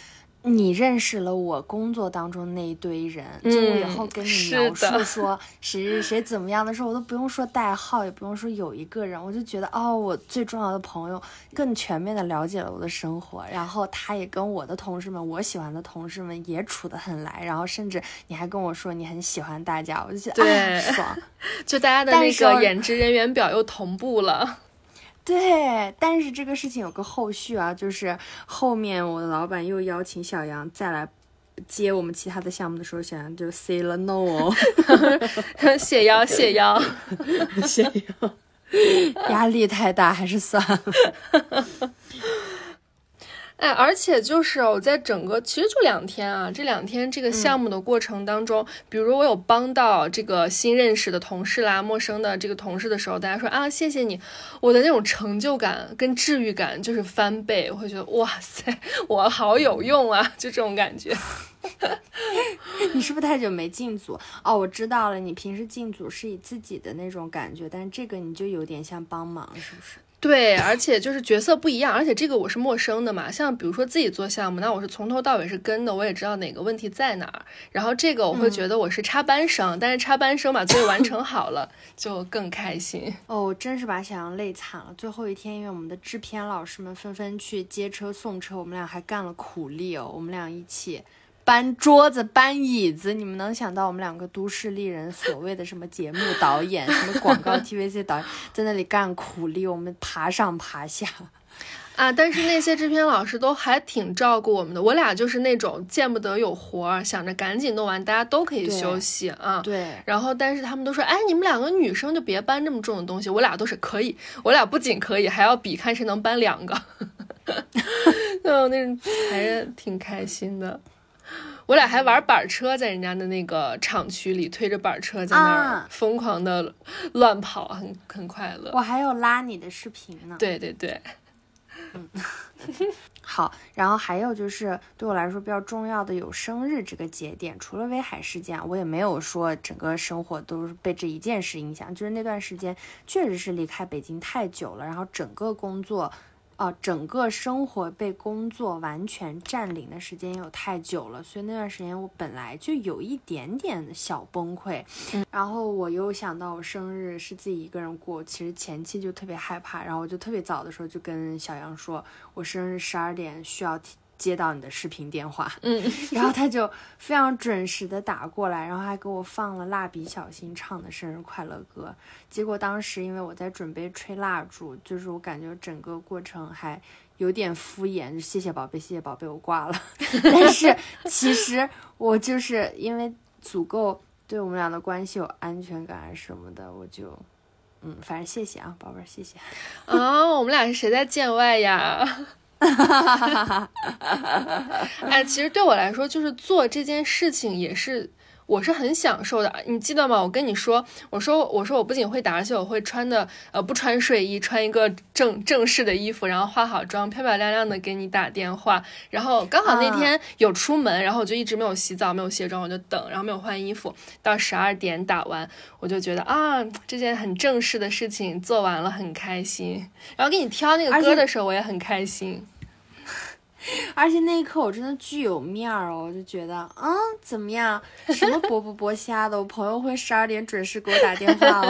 B: 你认识了我工作当中那一堆人，就我以后跟你描述说谁怎么样的时候，我都不用说代号，也不用说有一个人，我就觉得我最重要的朋友更全面的了解了我的生活，然后他也跟我的同事们，我喜欢的同事们也处得很来，然后甚至你还跟我说你很喜欢大家，我就觉得爽，
C: 就大家的那个演职人员表又同步了。
B: 对，但是这个事情有个后续啊，就是后面我的老板又邀请小杨再来接我们其他的项目的时候，小杨就 say 了 no 哦，
C: 谢邀，
B: 压力太大，还是算了。
C: 哎，而且就是我在整个其实就2天啊，这2天这个项目的过程当中，比如我有帮到这个新认识的同事啦、陌生的这个同事的时候，大家说啊谢谢你，我的那种成就感跟治愈感就是翻倍，我会觉得哇塞，我好有用啊，就这种感觉。
B: 你是不是太久没进组？哦，我知道了，你平时进组是以自己的那种感觉，但是这个你就有点像帮忙，是不是？
C: 对，而且就是角色不一样，而且这个我是陌生的嘛，像比如说自己做项目，那我是从头到尾是跟的，我也知道哪个问题在哪儿，然后这个我会觉得我是插班生，但是插班生把作业完成好了就更开心。
B: 哦，真是把小杨累惨了，最后一天因为我们的制片老师们纷纷去接车送车，我们俩还干了苦力哦，我们俩一起搬桌子搬椅子，你们能想到我们2个都市丽人所谓的什么节目导演什么广告 TVC 导演在那里干苦力，我们爬上爬下
C: 啊！但是那些制片老师都还挺照顾我们的，我俩就是那种见不得有活，想着赶紧弄完大家都可以休息啊。
B: 对，
C: 然后但是他们都说，哎，你们2个女生就别搬这么重的东西，我俩都是可以，我俩不仅可以，还要比看谁能搬2个那种还是挺开心的。我俩还玩板车，在人家的那个厂区里推着板车在那儿疯狂的乱跑，很快乐。
B: 我还有拉你的视频呢。
C: 对对对，
B: 好，然后还有就是对我来说比较重要的有生日这个节点，除了威海事件，我也没有说整个生活都是被这一件事影响，就是那段时间确实是离开北京太久了，然后整个工作整个生活被工作完全占领的时间有太久了，所以那段时间我本来就有一点点小崩溃，然后我又想到我生日是自己一个人过，其实前期就特别害怕，然后我就特别早的时候就跟小杨说，我生日12点需要接到你的视频电话，然后他就非常准时的打过来，然后还给我放了蜡笔小新唱的生日快乐歌。结果当时因为我在准备吹蜡烛，就是我感觉整个过程还有点敷衍，就谢谢宝贝，谢谢宝贝，我挂了。但是其实我就是因为足够对我们俩的关系有安全感什么的，我就反正谢谢啊，宝贝，谢谢
C: 啊。我们俩是谁在见外呀？哎，其实对我来说，就是做这件事情也是我是很享受的，你记得吗？我跟你说，我说我不仅会打，而且我会穿的不穿睡衣，穿一个正式的衣服，然后化好妆，漂漂亮亮的给你打电话。然后刚好那天有出门，然后我就一直没有洗澡，没有卸妆，我就等，然后没有换衣服，到12点打完，我就觉得啊，这件很正式的事情做完了，很开心。然后给你挑那个歌的时候，我也很开心。
B: 而且那一刻我真的巨有面儿哦，我就觉得怎么样，什么播不播瞎的，我朋友会12点准时给我打电话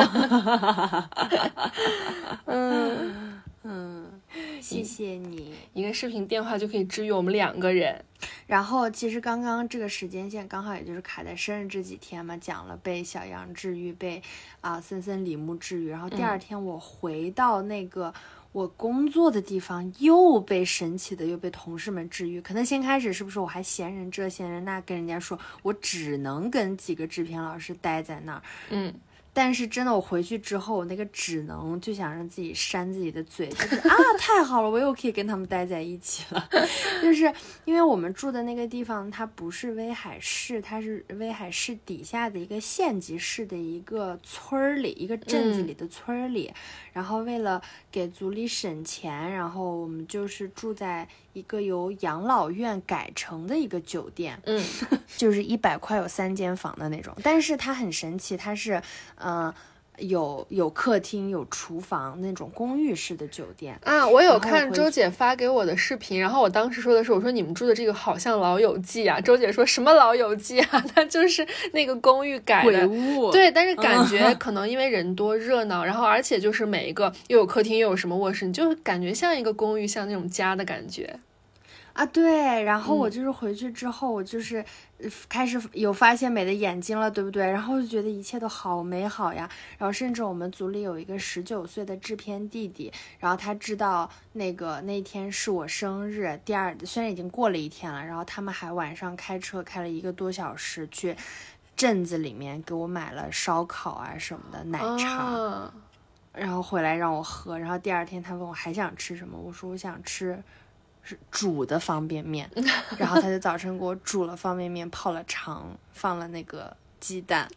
B: 了。谢谢你，
C: 一个视频电话就可以治愈我们2个人。
B: 然后其实刚刚这个时间线刚好也就是卡在生日这几天嘛，讲了被小杨治愈，被森森李牧治愈，然后第2天我回到那个我工作的地方，又被神奇的又被同事们治愈。可能先开始是不是我还嫌人这嫌人那，跟人家说我只能跟几个制片老师待在那儿，但是真的我回去之后，我那个只能就想让自己扇自己的嘴，就是太好了，我又可以跟他们待在一起了。就是因为我们住的那个地方它不是威海市，它是威海市底下的一个县级市的一个村里，一个镇子里的村里，然后为了给组里省钱，然后我们就是住在一个由养老院改成的一个酒店，就是100块有3间房的那种。但是它很神奇，它是有客厅有厨房那种公寓式的酒店
C: 啊。我有看周姐发给我的视频，然后我当时说的是，我说你们住的这个好像老友记啊。周姐说什么老友记啊，它就是那个公寓改的
B: 鬼屋。
C: 对，但是感觉可能因为人多热闹，然后而且就是每一个又有客厅又有什么卧室，你就感觉像一个公寓，像那种家的感觉
B: 啊。对，然后我就是回去之后，我就是开始有发现美的眼睛了，对不对？然后就觉得一切都好美好呀。然后甚至我们组里有一个19岁的制片弟弟，然后他知道那天是我生日，虽然已经过了一天了，然后他们还晚上开车开了1个多小时去镇子里面给我买了烧烤啊什么的奶茶，然后回来让我喝。然后第2天他问我还想吃什么，我说我想吃是煮的方便面，然后他就早晨给我煮了方便面，泡了肠，放了那个鸡蛋。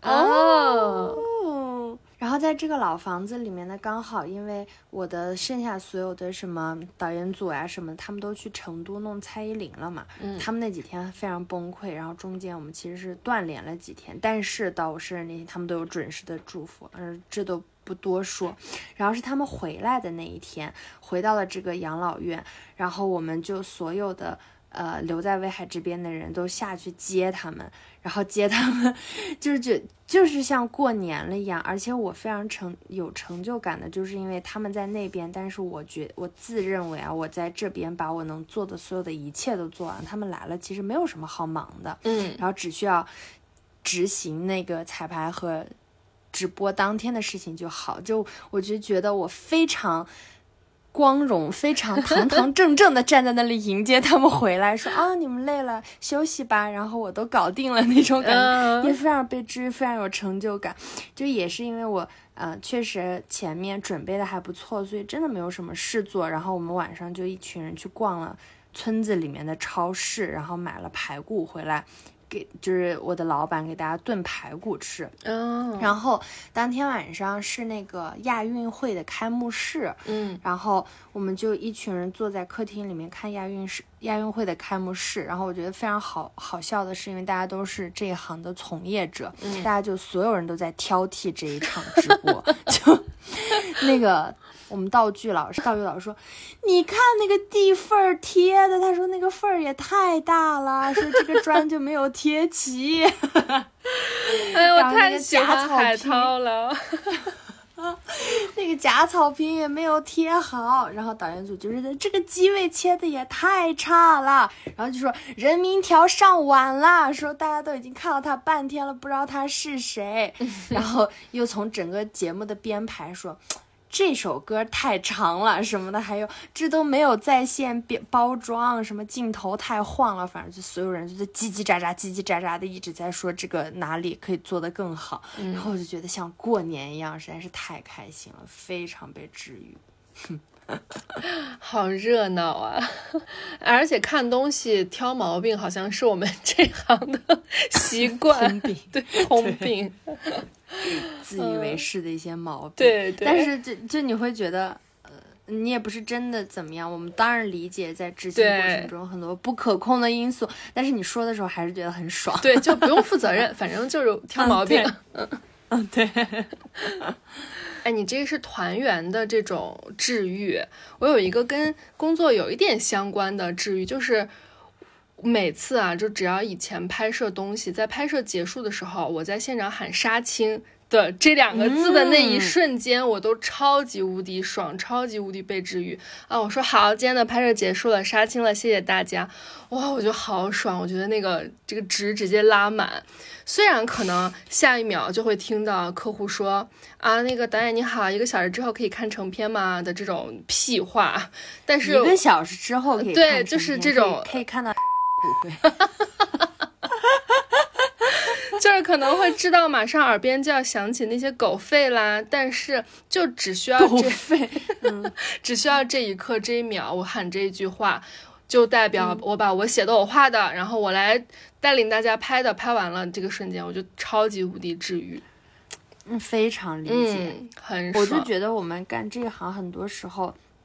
B: 然后在这个老房子里面呢，刚好因为我的剩下所有的什么导演组呀什么，他们都去成都弄蔡依林了嘛，他们那几天非常崩溃，然后中间我们其实是断联了几天，但是到我生日那天他们都有准时的祝福，这都不多说。然后是他们回来的那一天，回到了这个养老院，然后我们就所有的留在威海这边的人都下去接他们，然后接他们就是像过年了一样。而且我非常有成就感的，就是因为他们在那边，但是我自认为啊，我在这边把我能做的所有的一切都做完，他们来了其实没有什么好忙的，然后只需要执行那个彩排和直播当天的事情就好。我就觉得我非常光荣，非常堂堂正正的站在那里迎接他们回来，说啊你们累了休息吧，然后我都搞定了那种感觉，也非常被治愈，非常有成就感。就也是因为我确实前面准备的还不错，所以真的没有什么事做。然后我们晚上就一群人去逛了村子里面的超市，然后买了排骨回来，就是我的老板给大家炖排骨吃。然后当天晚上是那个亚运会的开幕式，然后我们就一群人坐在客厅里面看亚运会的开幕式。然后我觉得非常好笑的是，因为大家都是这一行的从业者，大家就所有人都在挑剔这一场直播就那个我们道具老师说，你看那个地缝贴的，他说那个缝也太大了，说这个砖就没有贴齐
C: 哎呀，我太喜欢海涛了
B: 那个假草坪也没有贴好，然后导演组就是这个机位切的也太差了，然后就说人民条上晚了，说大家都已经看到他半天了，不知道他是谁然后又从整个节目的编排说这首歌太长了什么的，还有这都没有在线包装，什么镜头太晃了，反正就所有人就叽叽喳喳的一直在说这个哪里可以做得更好，然后我就觉得像过年一样，实在是太开心了，非常被治愈
C: 好热闹啊而且看东西挑毛病好像是我们这行的习惯通病
B: 自以为是的一些毛病，
C: 对，
B: 但是就你会觉得你也不是真的怎么样，我们当然理解在执行过程中很多不可控的因素，但是你说的时候还是觉得很爽，
C: 对，就不用负责任反正就是挑毛病
B: 对
C: 哎，你这个是团员的这种治愈，我有一个跟工作有一点相关的治愈，就是每次啊，就只要以前拍摄东西，在拍摄结束的时候，我在现场喊杀青的这2个字的那一瞬间，我都超级无敌爽，超级无敌被治愈啊！我说好，今天的拍摄结束了，杀青了，谢谢大家。哇，我觉得好爽，我觉得这个值直接拉满。虽然可能下一秒就会听到客户说啊，那个导演你好，1个小时之后可以看成片吗的这种屁话，但是
B: 1个小时之后可以看成片，
C: 对，就是这种
B: 可以看到骨灰
C: 就是可能会知道马上耳边就要响起那些狗吠啦，但是就只需要
B: 狗吠
C: 只需要这一刻这一秒我喊这一句话，就代表我把我写的我画的然后我来带领大家拍完了，这个瞬间我就超级无敌治愈。
B: 非常理解，
C: 很爽。
B: 我就觉得我们干这一行很多时候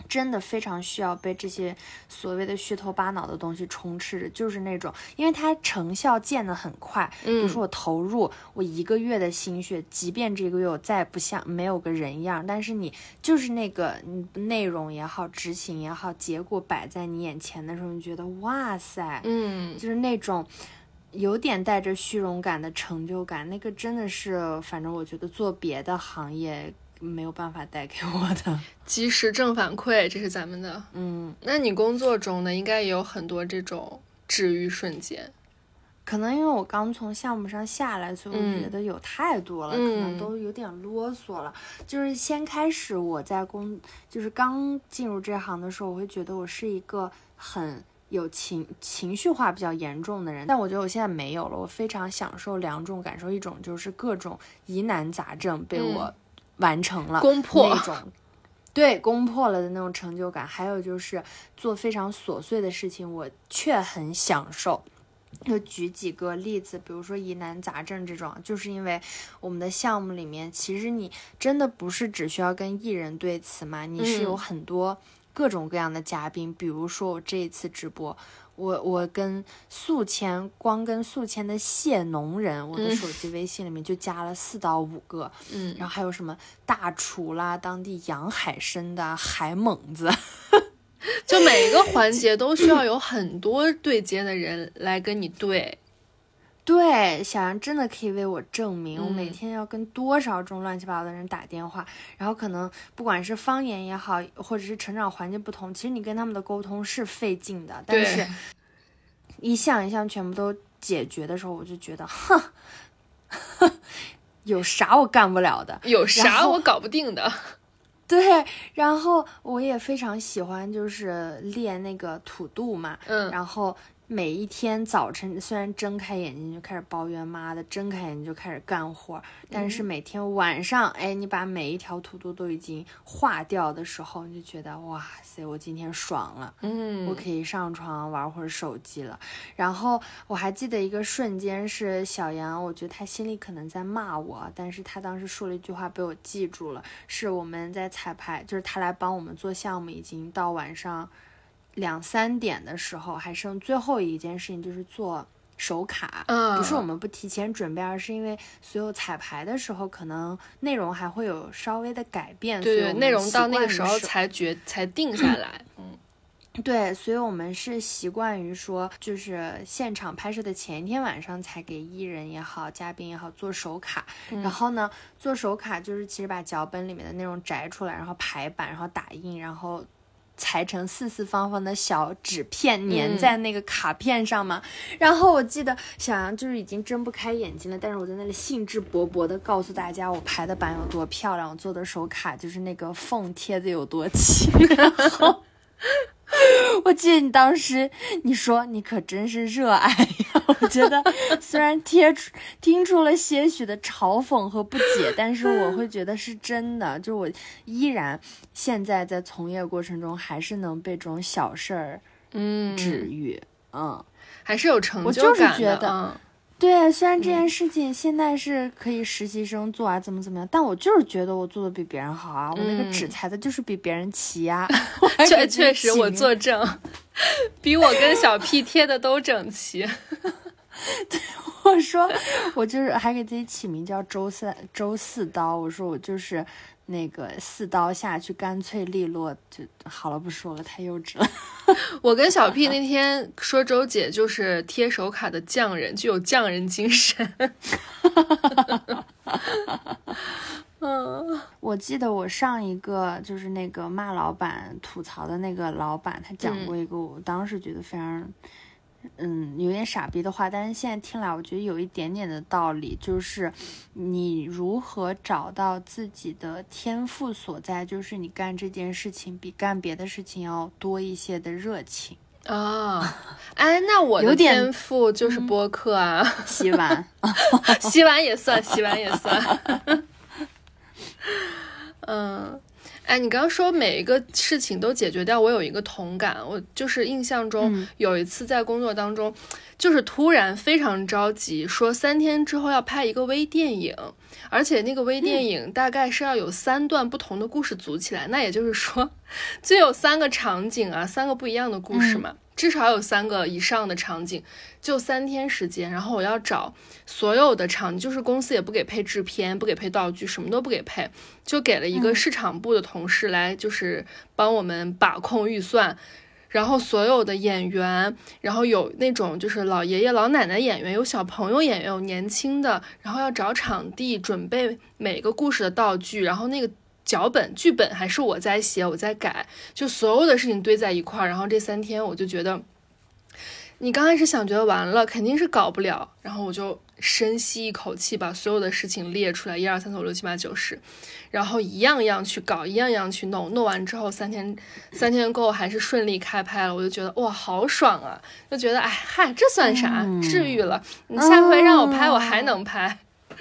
B: 真的非常需要被这些所谓的虚头巴脑的东西充斥着，就是那种，因为它成效见得很快。比如说我投入我1个月的心血，即便这个月我再不像没有个人样，但是你就是那个内容也好，执行也好，结果摆在你眼前的时候，你觉得哇塞，就是那种有点带着虚荣感的成就感，那个真的是，反正我觉得做别的行业没有办法带给我的
C: 及时正反馈，这是咱们的。那你工作中呢，应该也有很多这种治愈瞬间。
B: 可能因为我刚从项目上下来，所以我觉得有太多了，可能都有点啰嗦了。就是先开始我在就是刚进入这行的时候，我会觉得我是一个很有情绪化比较严重的人，但我觉得我现在没有了。我非常享受2种感受，一种就是各种疑难杂症被我完成了，
C: 攻破
B: 那种，对，攻破了的那种成就感。还有就是做非常琐碎的事情，我却很享受。就举几个例子，比如说疑难杂症这种，就是因为我们的项目里面，其实你真的不是只需要跟艺人对词嘛，你是有很多各种各样的嘉宾。比如说我这一次直播，我跟光跟宿迁的谢农人，我的手机微信里面就加了4到5个，然后还有什么大厨啦，当地养海参的海猛子。
C: 就每一个环节都需要有很多对接的人来跟你对。
B: 对，小杨真的可以为我证明，我每天要跟多少种乱七八糟的人打电话，然后可能不管是方言也好，或者是成长环境不同，其实你跟他们的沟通是费劲的，但是一项一项全部都解决的时候，我就觉得有啥我干不了的，
C: 有啥我搞不定的。
B: 对，然后我也非常喜欢就是练那个土度嘛，然后每一天早晨虽然睁开眼睛就开始抱怨妈的，睁开眼睛就开始干活，但是每天晚上，哎，你把每一条土度都已经画掉的时候，你就觉得哇塞，我今天爽了，我可以上床玩会儿手机了。然后我还记得一个瞬间是小杨，我觉得他心里可能在骂我，但是他当时说了一句话被我记住了，是我们在彩排，就是他来帮我们做项目，已经到晚上2、3点的时候，还剩最后一件事情就是做手卡。不是我们不提前准备，而是因为所有彩排的时候可能内容还会有稍微的改变，
C: 对，内容到那个时候才定下来。
B: 对，所以我们是习惯于说，就是现场拍摄的前一天晚上才给艺人也好，嘉宾也好做手卡。然后呢，做手卡就是其实把脚本里面的内容摘出来，然后排版，然后打印，然后裁成四四方方的小纸片粘在那个卡片上嘛。然后我记得小杨就是已经睁不开眼睛了，但是我在那里兴致勃勃的告诉大家我排的版有多漂亮，我做的手卡就是那个缝贴的有多齐。然后我记得你当时你说你可真是热爱呀，我觉得虽然听出了些许的嘲讽和不解，但是我会觉得是真的，就我依然现在在从业过程中还是能被这种小事儿治愈，
C: 还是有成就感的。
B: 我就是觉得对，虽然这件事情现在是可以实习生做啊，怎么样，但我就是觉得我做的比别人好啊，我那个纸裁的就是比别人齐啊。
C: 确实我作证，比我跟小 P 贴的都整齐。
B: 对，我说我就是还给自己起名叫周四刀，我说我就是那个4刀下去干脆利落就好了，不说了，太幼稚了。
C: 我跟小 P 那天说周姐就是贴手卡的匠人，具有匠人精神。
B: 我记得我上一个就是那个骂老板吐槽的那个老板，他讲过一个我当时觉得非常有点傻逼的话，但是现在听来我觉得有一点点的道理，就是你如何找到自己的天赋所在，就是你干这件事情比干别的事情要多一些的热情
C: 啊。哎，那我的天赋就是播客啊，
B: 洗碗
C: 洗碗也算，洗碗也算。 哎，你刚刚说每一个事情都解决掉，我有一个同感，我就是印象中有一次在工作当中，就是突然非常着急，说3天之后要拍一个微电影，而且那个微电影大概是要有3段不同的故事组起来，那也就是说就有3个场景啊，3个不一样的故事嘛，至少有3个以上的场景，就3天时间，然后我要找所有的场景，就是公司也不给配制片，不给配道具，什么都不给配，就给了一个市场部的同事来就是帮我们把控预算，然后所有的演员，然后有那种就是老爷爷老奶奶演员，有小朋友演员，有年轻的，然后要找场地，准备每个故事的道具，然后那个剧本还是我在写我在改，就所有的事情堆在一块儿，然后这3天我就觉得，你刚开始想觉得完了肯定是搞不了，然后我就深吸一口气，把所有的事情列出来，1、2、3、4、5、6、7、8、9、10，然后一样一样去搞，一样一样去弄，弄完之后3天过后还是顺利开拍了，我就觉得哇好爽啊，就觉得哎嗨这算啥，治愈了，你下回让我拍我还能拍。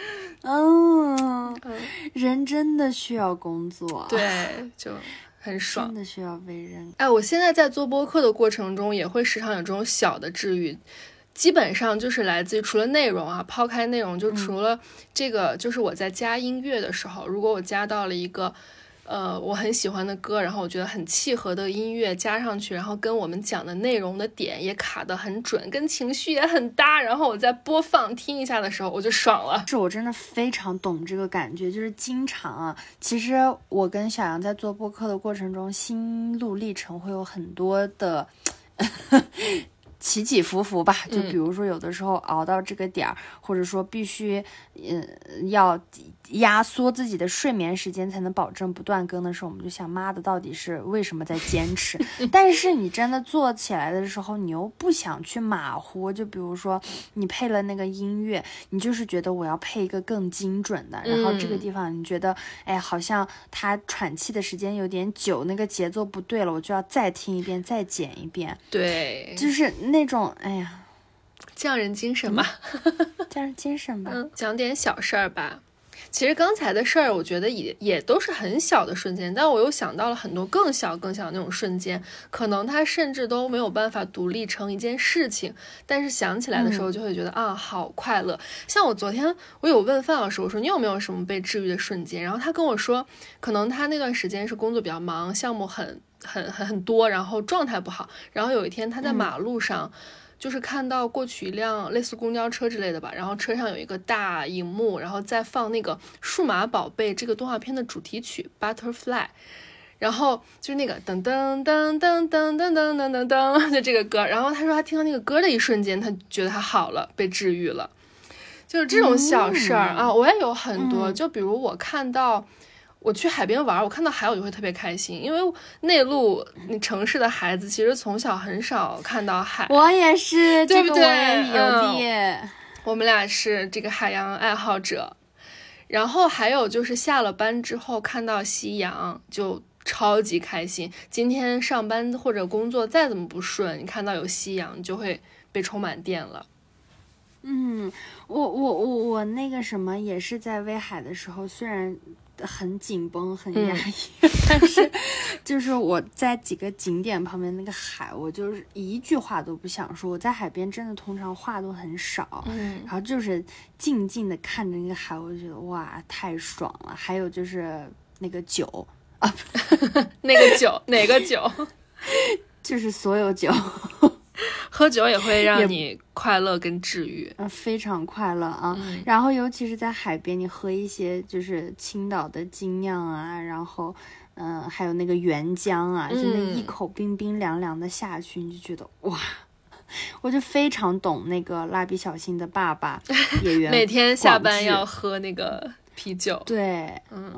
B: 人真的需要工作，
C: 对，就很爽，
B: 真的需要为人。
C: 哎，我现在在做播客的过程中，也会时常有这种小的治愈，基本上就是来自于除了内容啊，抛开内容，就除了这个，就是我在加音乐的时候，如果我加到了一个我很喜欢的歌，然后我觉得很契合的音乐加上去，然后跟我们讲的内容的点也卡得很准，跟情绪也很搭，然后我在播放听一下的时候我就爽了。
B: 是我真的非常懂这个感觉，就是经常啊，其实我跟小杨在做播客的过程中，心路历程会有很多的起起伏伏吧，就比如说有的时候熬到这个点儿，或者说必须要压缩自己的睡眠时间才能保证不断更的时候，我们就想妈的到底是为什么在坚持但是你真的做起来的时候你又不想去马虎，就比如说你配了那个音乐，你就是觉得我要配一个更精准的，然后这个地方你觉得哎好像他喘气的时间有点久，那个节奏不对了，我就要再听一遍再剪一遍，
C: 对，
B: 就是那种哎呀
C: 匠人精神吧
B: 匠人精神吧。
C: 讲点小事儿吧。其实刚才的事儿我觉得也都是很小的瞬间，但我又想到了很多更小的那种瞬间，可能它甚至都没有办法独立成一件事情，但是想起来的时候就会觉得啊好快乐。像我昨天我有问范老师，我说你有没有什么被治愈的瞬间，然后他跟我说可能他那段时间是工作比较忙，项目很多，然后状态不好，然后有一天他在马路上就是看到过去一辆类似公交车之类的吧，然后车上有一个大荧幕，然后再放那个数码宝贝这个动画片的主题曲 Butterfly， 然后就是那个噔噔噔噔噔噔噔噔噔噔就这个歌，然后他说他听到那个歌的一瞬间他觉得他好了，被治愈了，就是这种小事儿啊，我也有很多，就比如我去海边玩，我看到海我就会特别开心，因为内陆你城市的孩子其实从小很少看到海。
B: 我也是，
C: 对不对？
B: 这个我也有点
C: 我们俩是这个海洋爱好者。然后还有就是下了班之后看到夕阳就超级开心，今天上班或者工作再怎么不顺，你看到有夕阳你就会被充满电了。
B: 我那个什么也是在威海的时候，虽然很紧绷很压抑但是就是我在几个景点旁边那个海，我就是一句话都不想说，我在海边真的通常话都很少，然后就是静静的看着那个海，我就觉得哇太爽了。还有就是那个酒啊
C: 那个酒哪个酒
B: 就是所有酒
C: 喝酒也会让你快乐跟治愈，
B: 非常快乐啊！然后尤其是在海边，你喝一些就是青岛的精酿啊，然后还有那个原浆啊，就那一口冰冰凉凉的下去，你就觉得哇！我就非常懂那个蜡笔小新的爸爸演员
C: 每天下班要喝那个啤酒。对，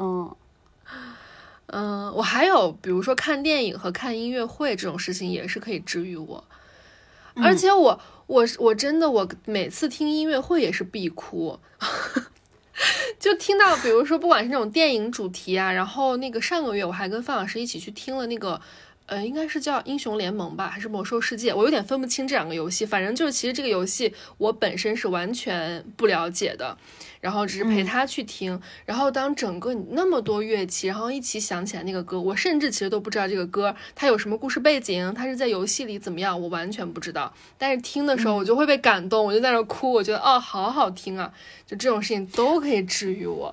C: 我还有比如说看电影和看音乐会这种事情也是可以治愈我。而且我真的我每次听音乐会也是必哭就听到比如说不管是那种电影主题啊，然后那个上个月我还跟范老师一起去听了那个应该是叫英雄联盟吧，还是魔兽世界，我有点分不清这2个游戏。反正就是其实这个游戏我本身是完全不了解的，然后只是陪他去听，然后当整个你那么多乐器，然后一起想起来那个歌，我甚至其实都不知道这个歌它有什么故事背景，它是在游戏里怎么样，我完全不知道。但是听的时候我就会被感动，我就在那哭，我觉得好好听啊，就这种事情都可以治愈我。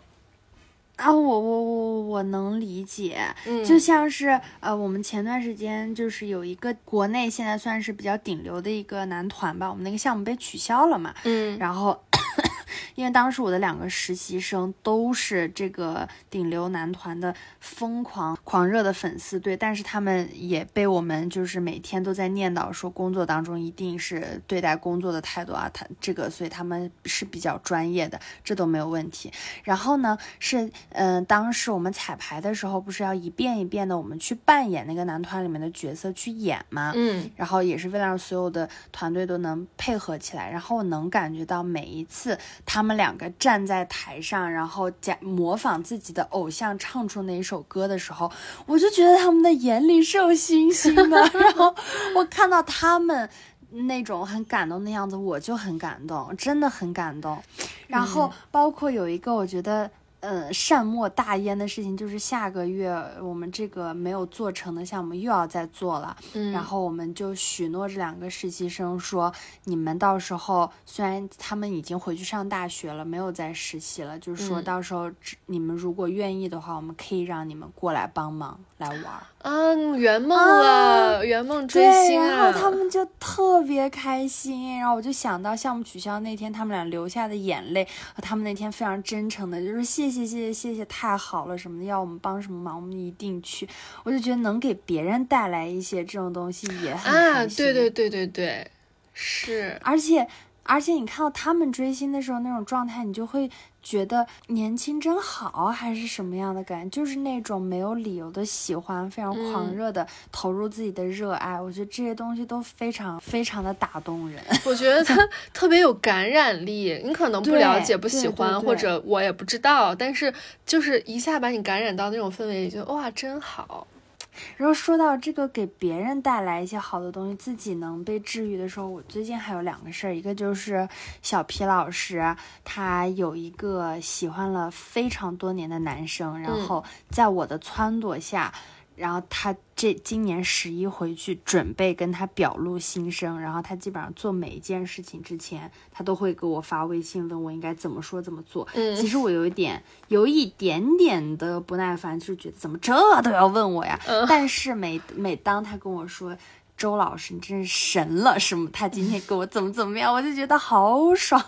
B: 我能理解，就像是我们前段时间就是有一个国内现在算是比较顶流的一个男团吧，我们那个项目被取消了嘛，然后因为当时我的2个实习生都是这个顶流男团的狂热的粉丝，对，但是他们也被我们就是每天都在念叨说工作当中一定是对待工作的态度啊，所以他们是比较专业的，这都没有问题。然后呢是当时我们彩排的时候不是要一遍一遍的我们去扮演那个男团里面的角色去演嘛，然后也是为了让所有的团队都能配合起来，然后我能感觉到每一次他们2个站在台上，然后模仿自己的偶像唱出那一首歌的时候，我就觉得他们的眼里是有星星的然后我看到他们那种很感动的样子，我就很感动，真的很感动。然后包括有一个我觉得善莫大焉的事情，就是下个月我们这个没有做成的项目又要再做了，然后我们就许诺这2个实习生说，你们到时候虽然他们已经回去上大学了，没有再实习了，就是说到时候你们如果愿意的话，我们可以让你们过来帮忙来玩
C: 圆梦了，圆梦追星啊。
B: 对，然后他们就特别开心，然后我就想到项目取消那天他们俩流下的眼泪和他们那天非常真诚的就是谢谢太好了什么的，要我们帮什么忙我们一定去，我就觉得能给别人带来一些这种东西也很开心。
C: 对，是。
B: 而且你看到他们追星的时候那种状态，你就会觉得年轻真好，还是什么样的感觉，就是那种没有理由的喜欢，非常狂热的投入自己的热爱，我觉得这些东西都非常非常的打动人。
C: 我觉得它特别有感染力，你可能不了解不喜欢，或者我也不知道，但是就是一下把你感染到那种氛围里，觉得哇真好。
B: 然后说到这个给别人带来一些好的东西，自己能被治愈的时候，我最近还有2个事儿，一个就是小皮老师，他有一个喜欢了非常多年的男生，然后在我的撺掇下，然后他今年11回去准备跟他表露心声，然后他基本上做每一件事情之前，他都会给我发微信问我应该怎么说怎么做。其实我有一点点的不耐烦，就是觉得怎么这都要问我呀。但是每当他跟我说周老师你真是神了什么，他今天给我怎么样，我就觉得好爽。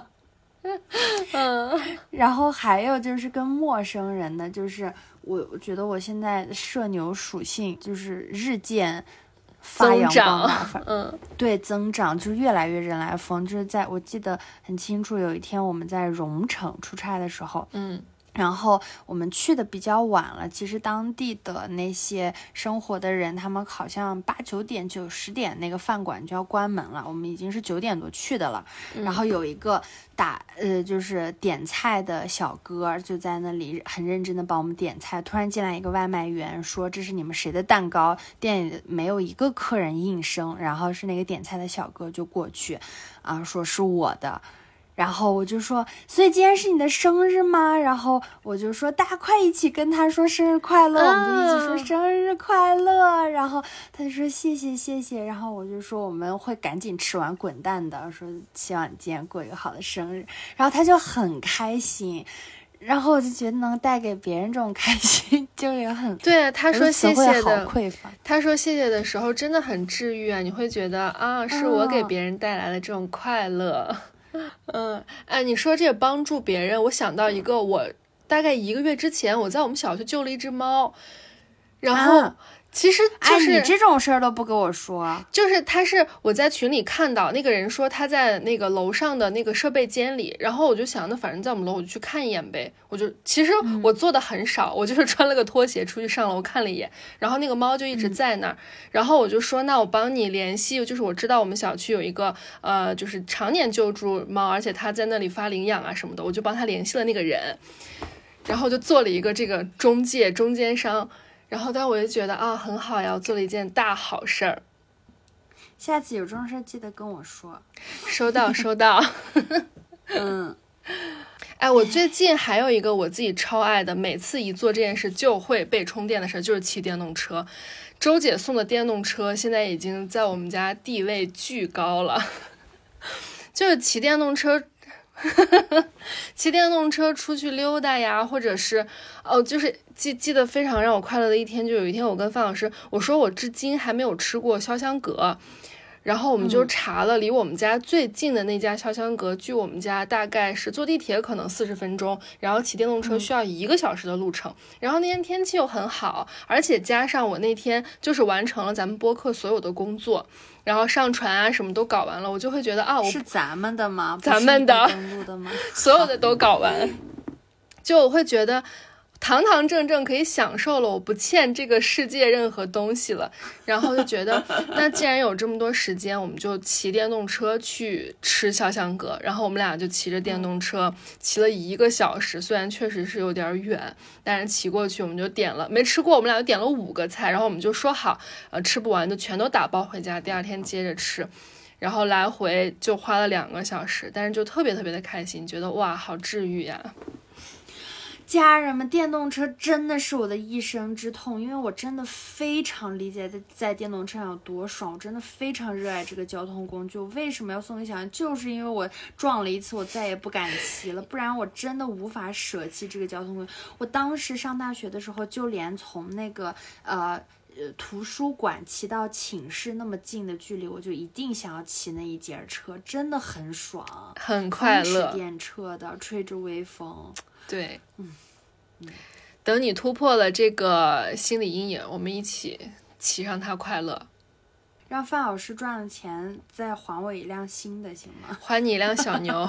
B: 然后还有就是跟陌生人的，就是我觉得我现在社牛属性就是日渐发扬光大，对，增长，就是越来越人来疯。就是我记得很清楚，有一天我们在荣城出差的时候，然后我们去的比较晚了，其实当地的那些生活的人，他们好像8、9点、9、10点那个饭馆就要关门了，我们已经是9点多去的了。然后有一个就是点菜的小哥就在那里很认真的帮我们点菜，突然进来一个外卖员说这是你们谁的蛋糕，店里没有一个客人应声，然后是那个点菜的小哥就过去说是我的。然后我就说，所以今天是你的生日吗？然后我就说，大家快一起跟他说生日快乐，我们就一起说生日快乐。然后他就说谢谢，然后我就说我们会赶紧吃完滚蛋的，说希望你今天过一个好的生日。然后他就很开心，然后我就觉得能带给别人这种开心就也很
C: 对。他说谢谢的，
B: 匮乏。
C: 他说谢谢的时候真的很治愈啊，你会觉得是我给别人带来了这种快乐。你说这个帮助别人，我想到一个，我大概1个月之前，我在我们小区救了一只猫，然后其实就是
B: 你这种事儿都不跟我说，
C: 就是我在群里看到那个人说他在那个楼上的那个设备间里，然后我就想那反正在我们楼我就去看一眼呗，其实我做的很少，我就是穿了个拖鞋出去上楼看了一眼，然后那个猫就一直在那儿，然后我就说那我帮你联系，就是我知道我们小区有一个就是常年救助猫，而且他在那里发领养啊什么的，我就帮他联系了那个人，然后就做了一个这个中间商。 然后但我就觉得啊，很好呀，我做了一件大好事儿。
B: 下次有这种事记得跟我说。
C: 收到收到。哎，我最近还有一个我自己超爱的，每次一做这件事就会被充电的事，就是骑电动车。周姐送的电动车现在已经在我们家地位巨高了，就是骑电动车骑电动车出去溜达呀，或者是就是记得非常让我快乐的一天，就有一天我跟范老师我说我至今还没有吃过潇湘阁，然后我们就查了离我们家最近的那家潇湘阁，距我们家大概是坐地铁可能40分钟，然后骑电动车需要1个小时的路程。然后那天天气又很好，而且加上我那天就是完成了咱们播客所有的工作，然后上传啊什么都搞完了，我就会觉得啊，
B: 是咱们的吗？
C: 咱们的
B: 登录的吗？
C: 所有的都搞完，就我会觉得堂堂正正可以享受了，我不欠这个世界任何东西了。然后就觉得那既然有这么多时间，我们就骑电动车去吃潇湘阁。然后我们俩就骑着电动车骑了1个小时，虽然确实是有点远，但是骑过去我们就点了，没吃过我们俩就点了5个菜，然后我们就说好吃不完就全都打包回家，第二天接着吃。然后来回就花了2个小时，但是就特别特别的开心，觉得哇好治愈呀。
B: 家人们，电动车真的是我的一生之痛，因为我真的非常理解在电动车上有多爽，我真的非常热爱这个交通工具。我为什么要送给小杨？就是因为我撞了一次，我再也不敢骑了，不然我真的无法舍弃这个交通工具。我当时上大学的时候，就连从那个图书馆骑到寝室那么近的距离，我就一定想要骑那一节车，真的很爽，
C: 很快乐。
B: 电车的，吹着微风。
C: 对，等你突破了这个心理阴影，我们一起骑上它快乐。
B: 让范老师赚了钱，再还我一辆新的，行吗？
C: 还你一辆小牛。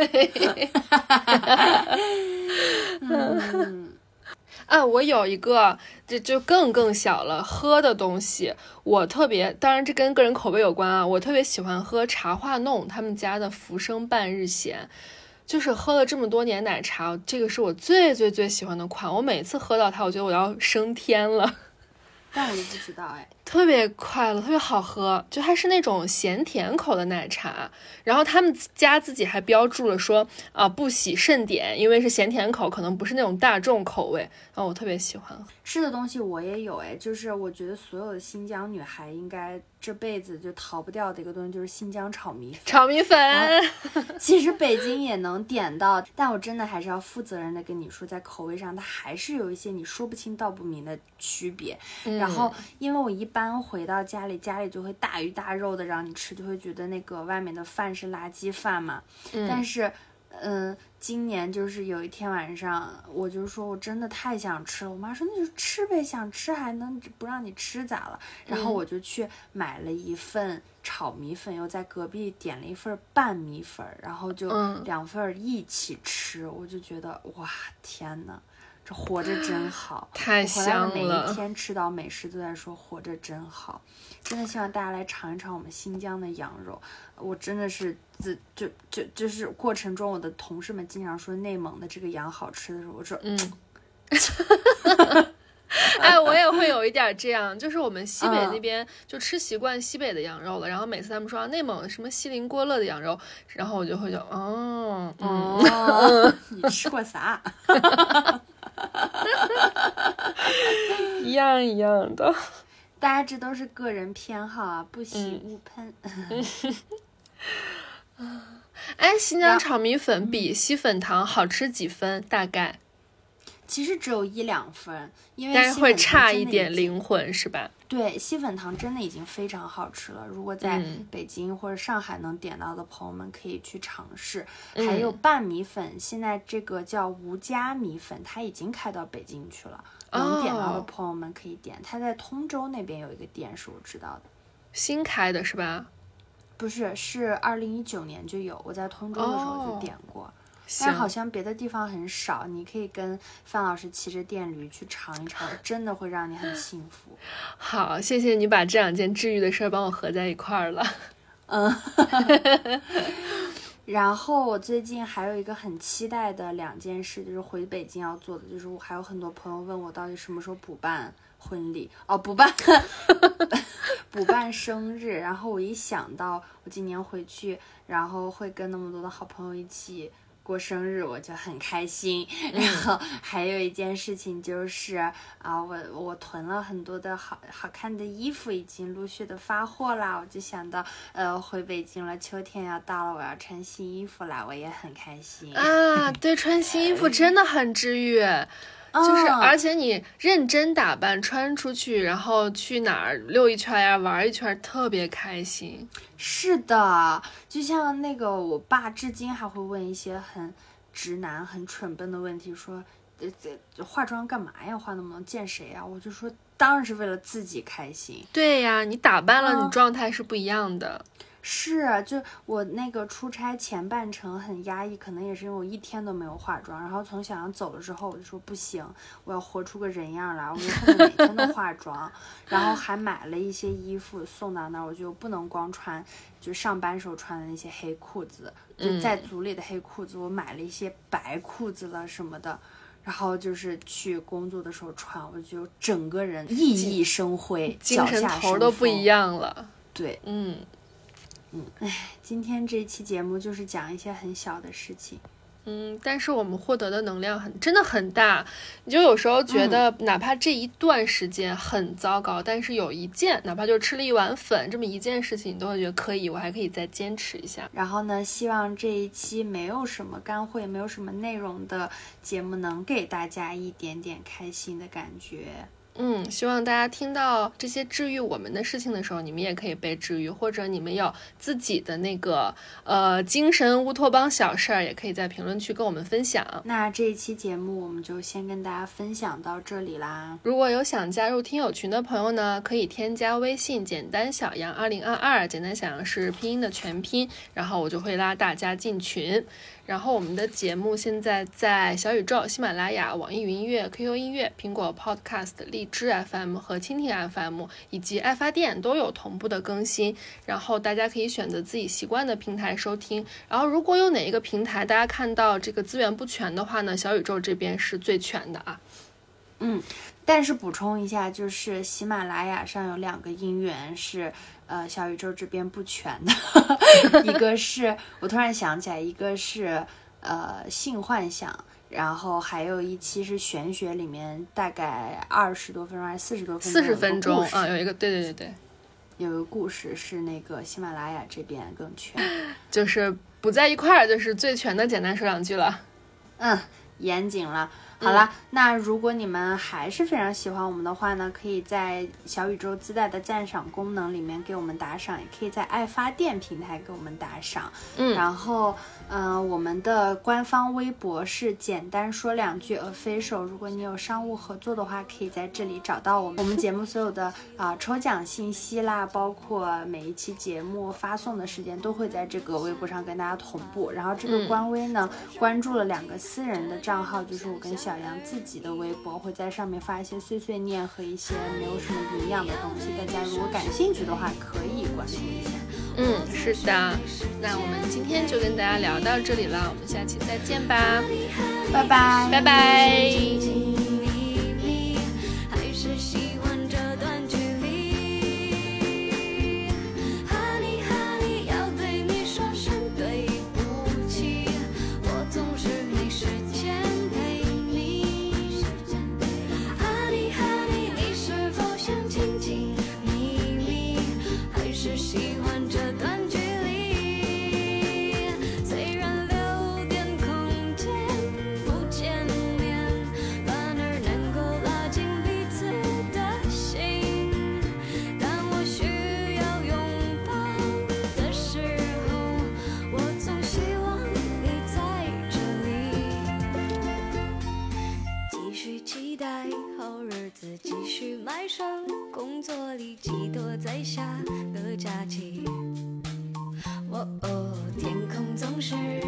C: 我有一个这就更小了喝的东西，我特别，当然这跟个人口味有关啊，我特别喜欢喝茶话弄他们家的浮生半日闲。就是喝了这么多年奶茶，这个是我最最最喜欢的款，我每次喝到它我觉得我要升天了。
B: 但我都不知道哎，
C: 特别快乐，特别好喝，就它是那种咸甜口的奶茶，然后他们家自己还标注了说不喜慎点，因为是咸甜口，可能不是那种大众口味，然后我特别喜欢。
B: 吃的东西我也有哎，就是我觉得所有的新疆女孩应该这辈子就逃不掉的一个东西，就是新疆炒米粉。
C: 炒米粉，
B: 其实北京也能点到，但我真的还是要负责任的跟你说，在口味上它还是有一些你说不清道不明的区别。然后因为我一般回到家里就会大鱼大肉的让你吃，就会觉得那个外面的饭是垃圾饭嘛。但是今年就是有一天晚上，我就说我真的太想吃了，我妈说那就吃呗，想吃还能不让你吃咋了？然后我就去买了一份炒米粉，又在隔壁点了一份拌米粉，然后就2份一起吃，我就觉得哇天哪，这活着真好，
C: 太香了！
B: 每一天吃到美食都在说活着真好，真的希望大家来尝一尝我们新疆的羊肉。我真的是就是过程中，我的同事们经常说内蒙的这个羊好吃的时候，我说
C: 哎，我也会有一点这样，就是我们西北那边就吃习惯西北的羊肉了，然后每次他们说内蒙什么锡林郭勒的羊肉，然后我就会
B: 你吃过啥？
C: 一样一样的，
B: 大家这都是个人偏好啊，不喜勿喷。
C: 哎，新疆炒米粉比西粉糖好吃几分？大概？
B: 其实只有1-2分，因为
C: 但是会差一点灵魂是吧？
B: 对，西粉糖真的已经非常好吃了。如果在北京或者上海能点到的朋友们可以去尝试。还有拌米粉，现在这个叫吴家米粉，它已经开到北京去了，能点到的朋友们可以点。它在通州那边有一个店是我知道的，
C: 新开的是吧？
B: 不是，是2019年就有，我在通州的时候就点过。但好像别的地方很少，你可以跟范老师骑着电驴去尝一尝，真的会让你很幸福。
C: 好，谢谢你把这2件治愈的事儿帮我合在一块儿了。
B: 然后我最近还有一个很期待的2件事，就是回北京要做的，就是我还有很多朋友问我到底什么时候补办婚礼哦，补办补办生日。然后我一想到我今年回去，然后会跟那么多的好朋友一起过生日，我就很开心。然后还有一件事情就是我囤了很多的好看的衣服，已经陆续的发货啦。我就想到回北京了，秋天要到了，我要穿新衣服啦，我也很开心
C: 啊。对，穿新衣服真的很治愈。就是而且你认真打扮穿出去，然后去哪儿溜一圈呀玩一圈，特别开心。
B: 是的，就像那个我爸至今还会问一些很直男很蠢笨的问题，说化妆干嘛呀，化那么多见谁呀？我就说当然是为了自己开心。
C: 对呀，你打扮了你状态是不一样的。
B: 是，就我那个出差前半程很压抑，可能也是因为我一天都没有化妆。然后从小杨走了之后，我就说不行，我要活出个人样来，我就后面每天都化妆，然后还买了一些衣服送到那儿，我就不能光穿就上班时候穿的那些黑裤子，就在组里的黑裤子，我买了一些白裤子了什么的。然后就是去工作的时候穿，我就整个人熠熠生辉，
C: 精神头都不一样了。
B: 对，今天这期节目就是讲一些很小的事情，
C: 但是我们获得的能量真的很大。你就有时候觉得哪怕这一段时间很糟糕，但是有一件哪怕就吃了一碗粉这么一件事情，你都会觉得可以，我还可以再坚持一下。
B: 然后呢，希望这一期没有什么干货，没有什么内容的节目能给大家一点点开心的感觉。
C: 希望大家听到这些治愈我们的事情的时候，你们也可以被治愈，或者你们有自己的那个精神乌托邦小事儿，也可以在评论区跟我们分享。
B: 那这一期节目我们就先跟大家分享到这里啦。
C: 如果有想加入听友群的朋友呢，可以添加微信简单小杨2022，简单小杨是拼音的全拼，然后我就会拉大家进群。然后我们的节目现在在小宇宙、喜马拉雅、网易云音乐、QQ 音乐、苹果 Podcast、荔枝 FM 和蜻蜓 FM 以及爱发电都有同步的更新，然后大家可以选择自己习惯的平台收听。然后如果有哪一个平台大家看到这个资源不全的话呢，小宇宙这边是最全的啊。
B: 但是补充一下，就是喜马拉雅上有2个音源是小宇宙这边不全的一个是我突然想起来，一个是性幻想，然后还有一期是玄学，里面大概20多分钟还是40多分钟，40
C: 分钟啊，有一个对，
B: 有个故事是那个喜马拉雅这边更全，
C: 就是不在一块儿，就是最全的。简单说2句了，
B: 严谨了。好了，那如果你们还是非常喜欢我们的话呢，可以在小宇宙自带的赞赏功能里面给我们打赏，也可以在爱发电平台给我们打赏。然后我们的官方微博是简单说2句 official， 如果你有商务合作的话，可以在这里找到我们。我们节目所有的抽奖信息啦，包括每一期节目发送的时间都会在这个微博上跟大家同步。然后这个官微呢，关注了2个私人的账号，就是我跟小杨自己的微博，会在上面发一些碎碎念和一些没有什么营养的东西，大家如果感兴趣的话可以关注一下。
C: 是的，那我们今天就跟大家聊到这里了，我们下期再见吧，
B: 拜拜，
C: 拜拜。
A: 工作里寄托在下的假期，天空总是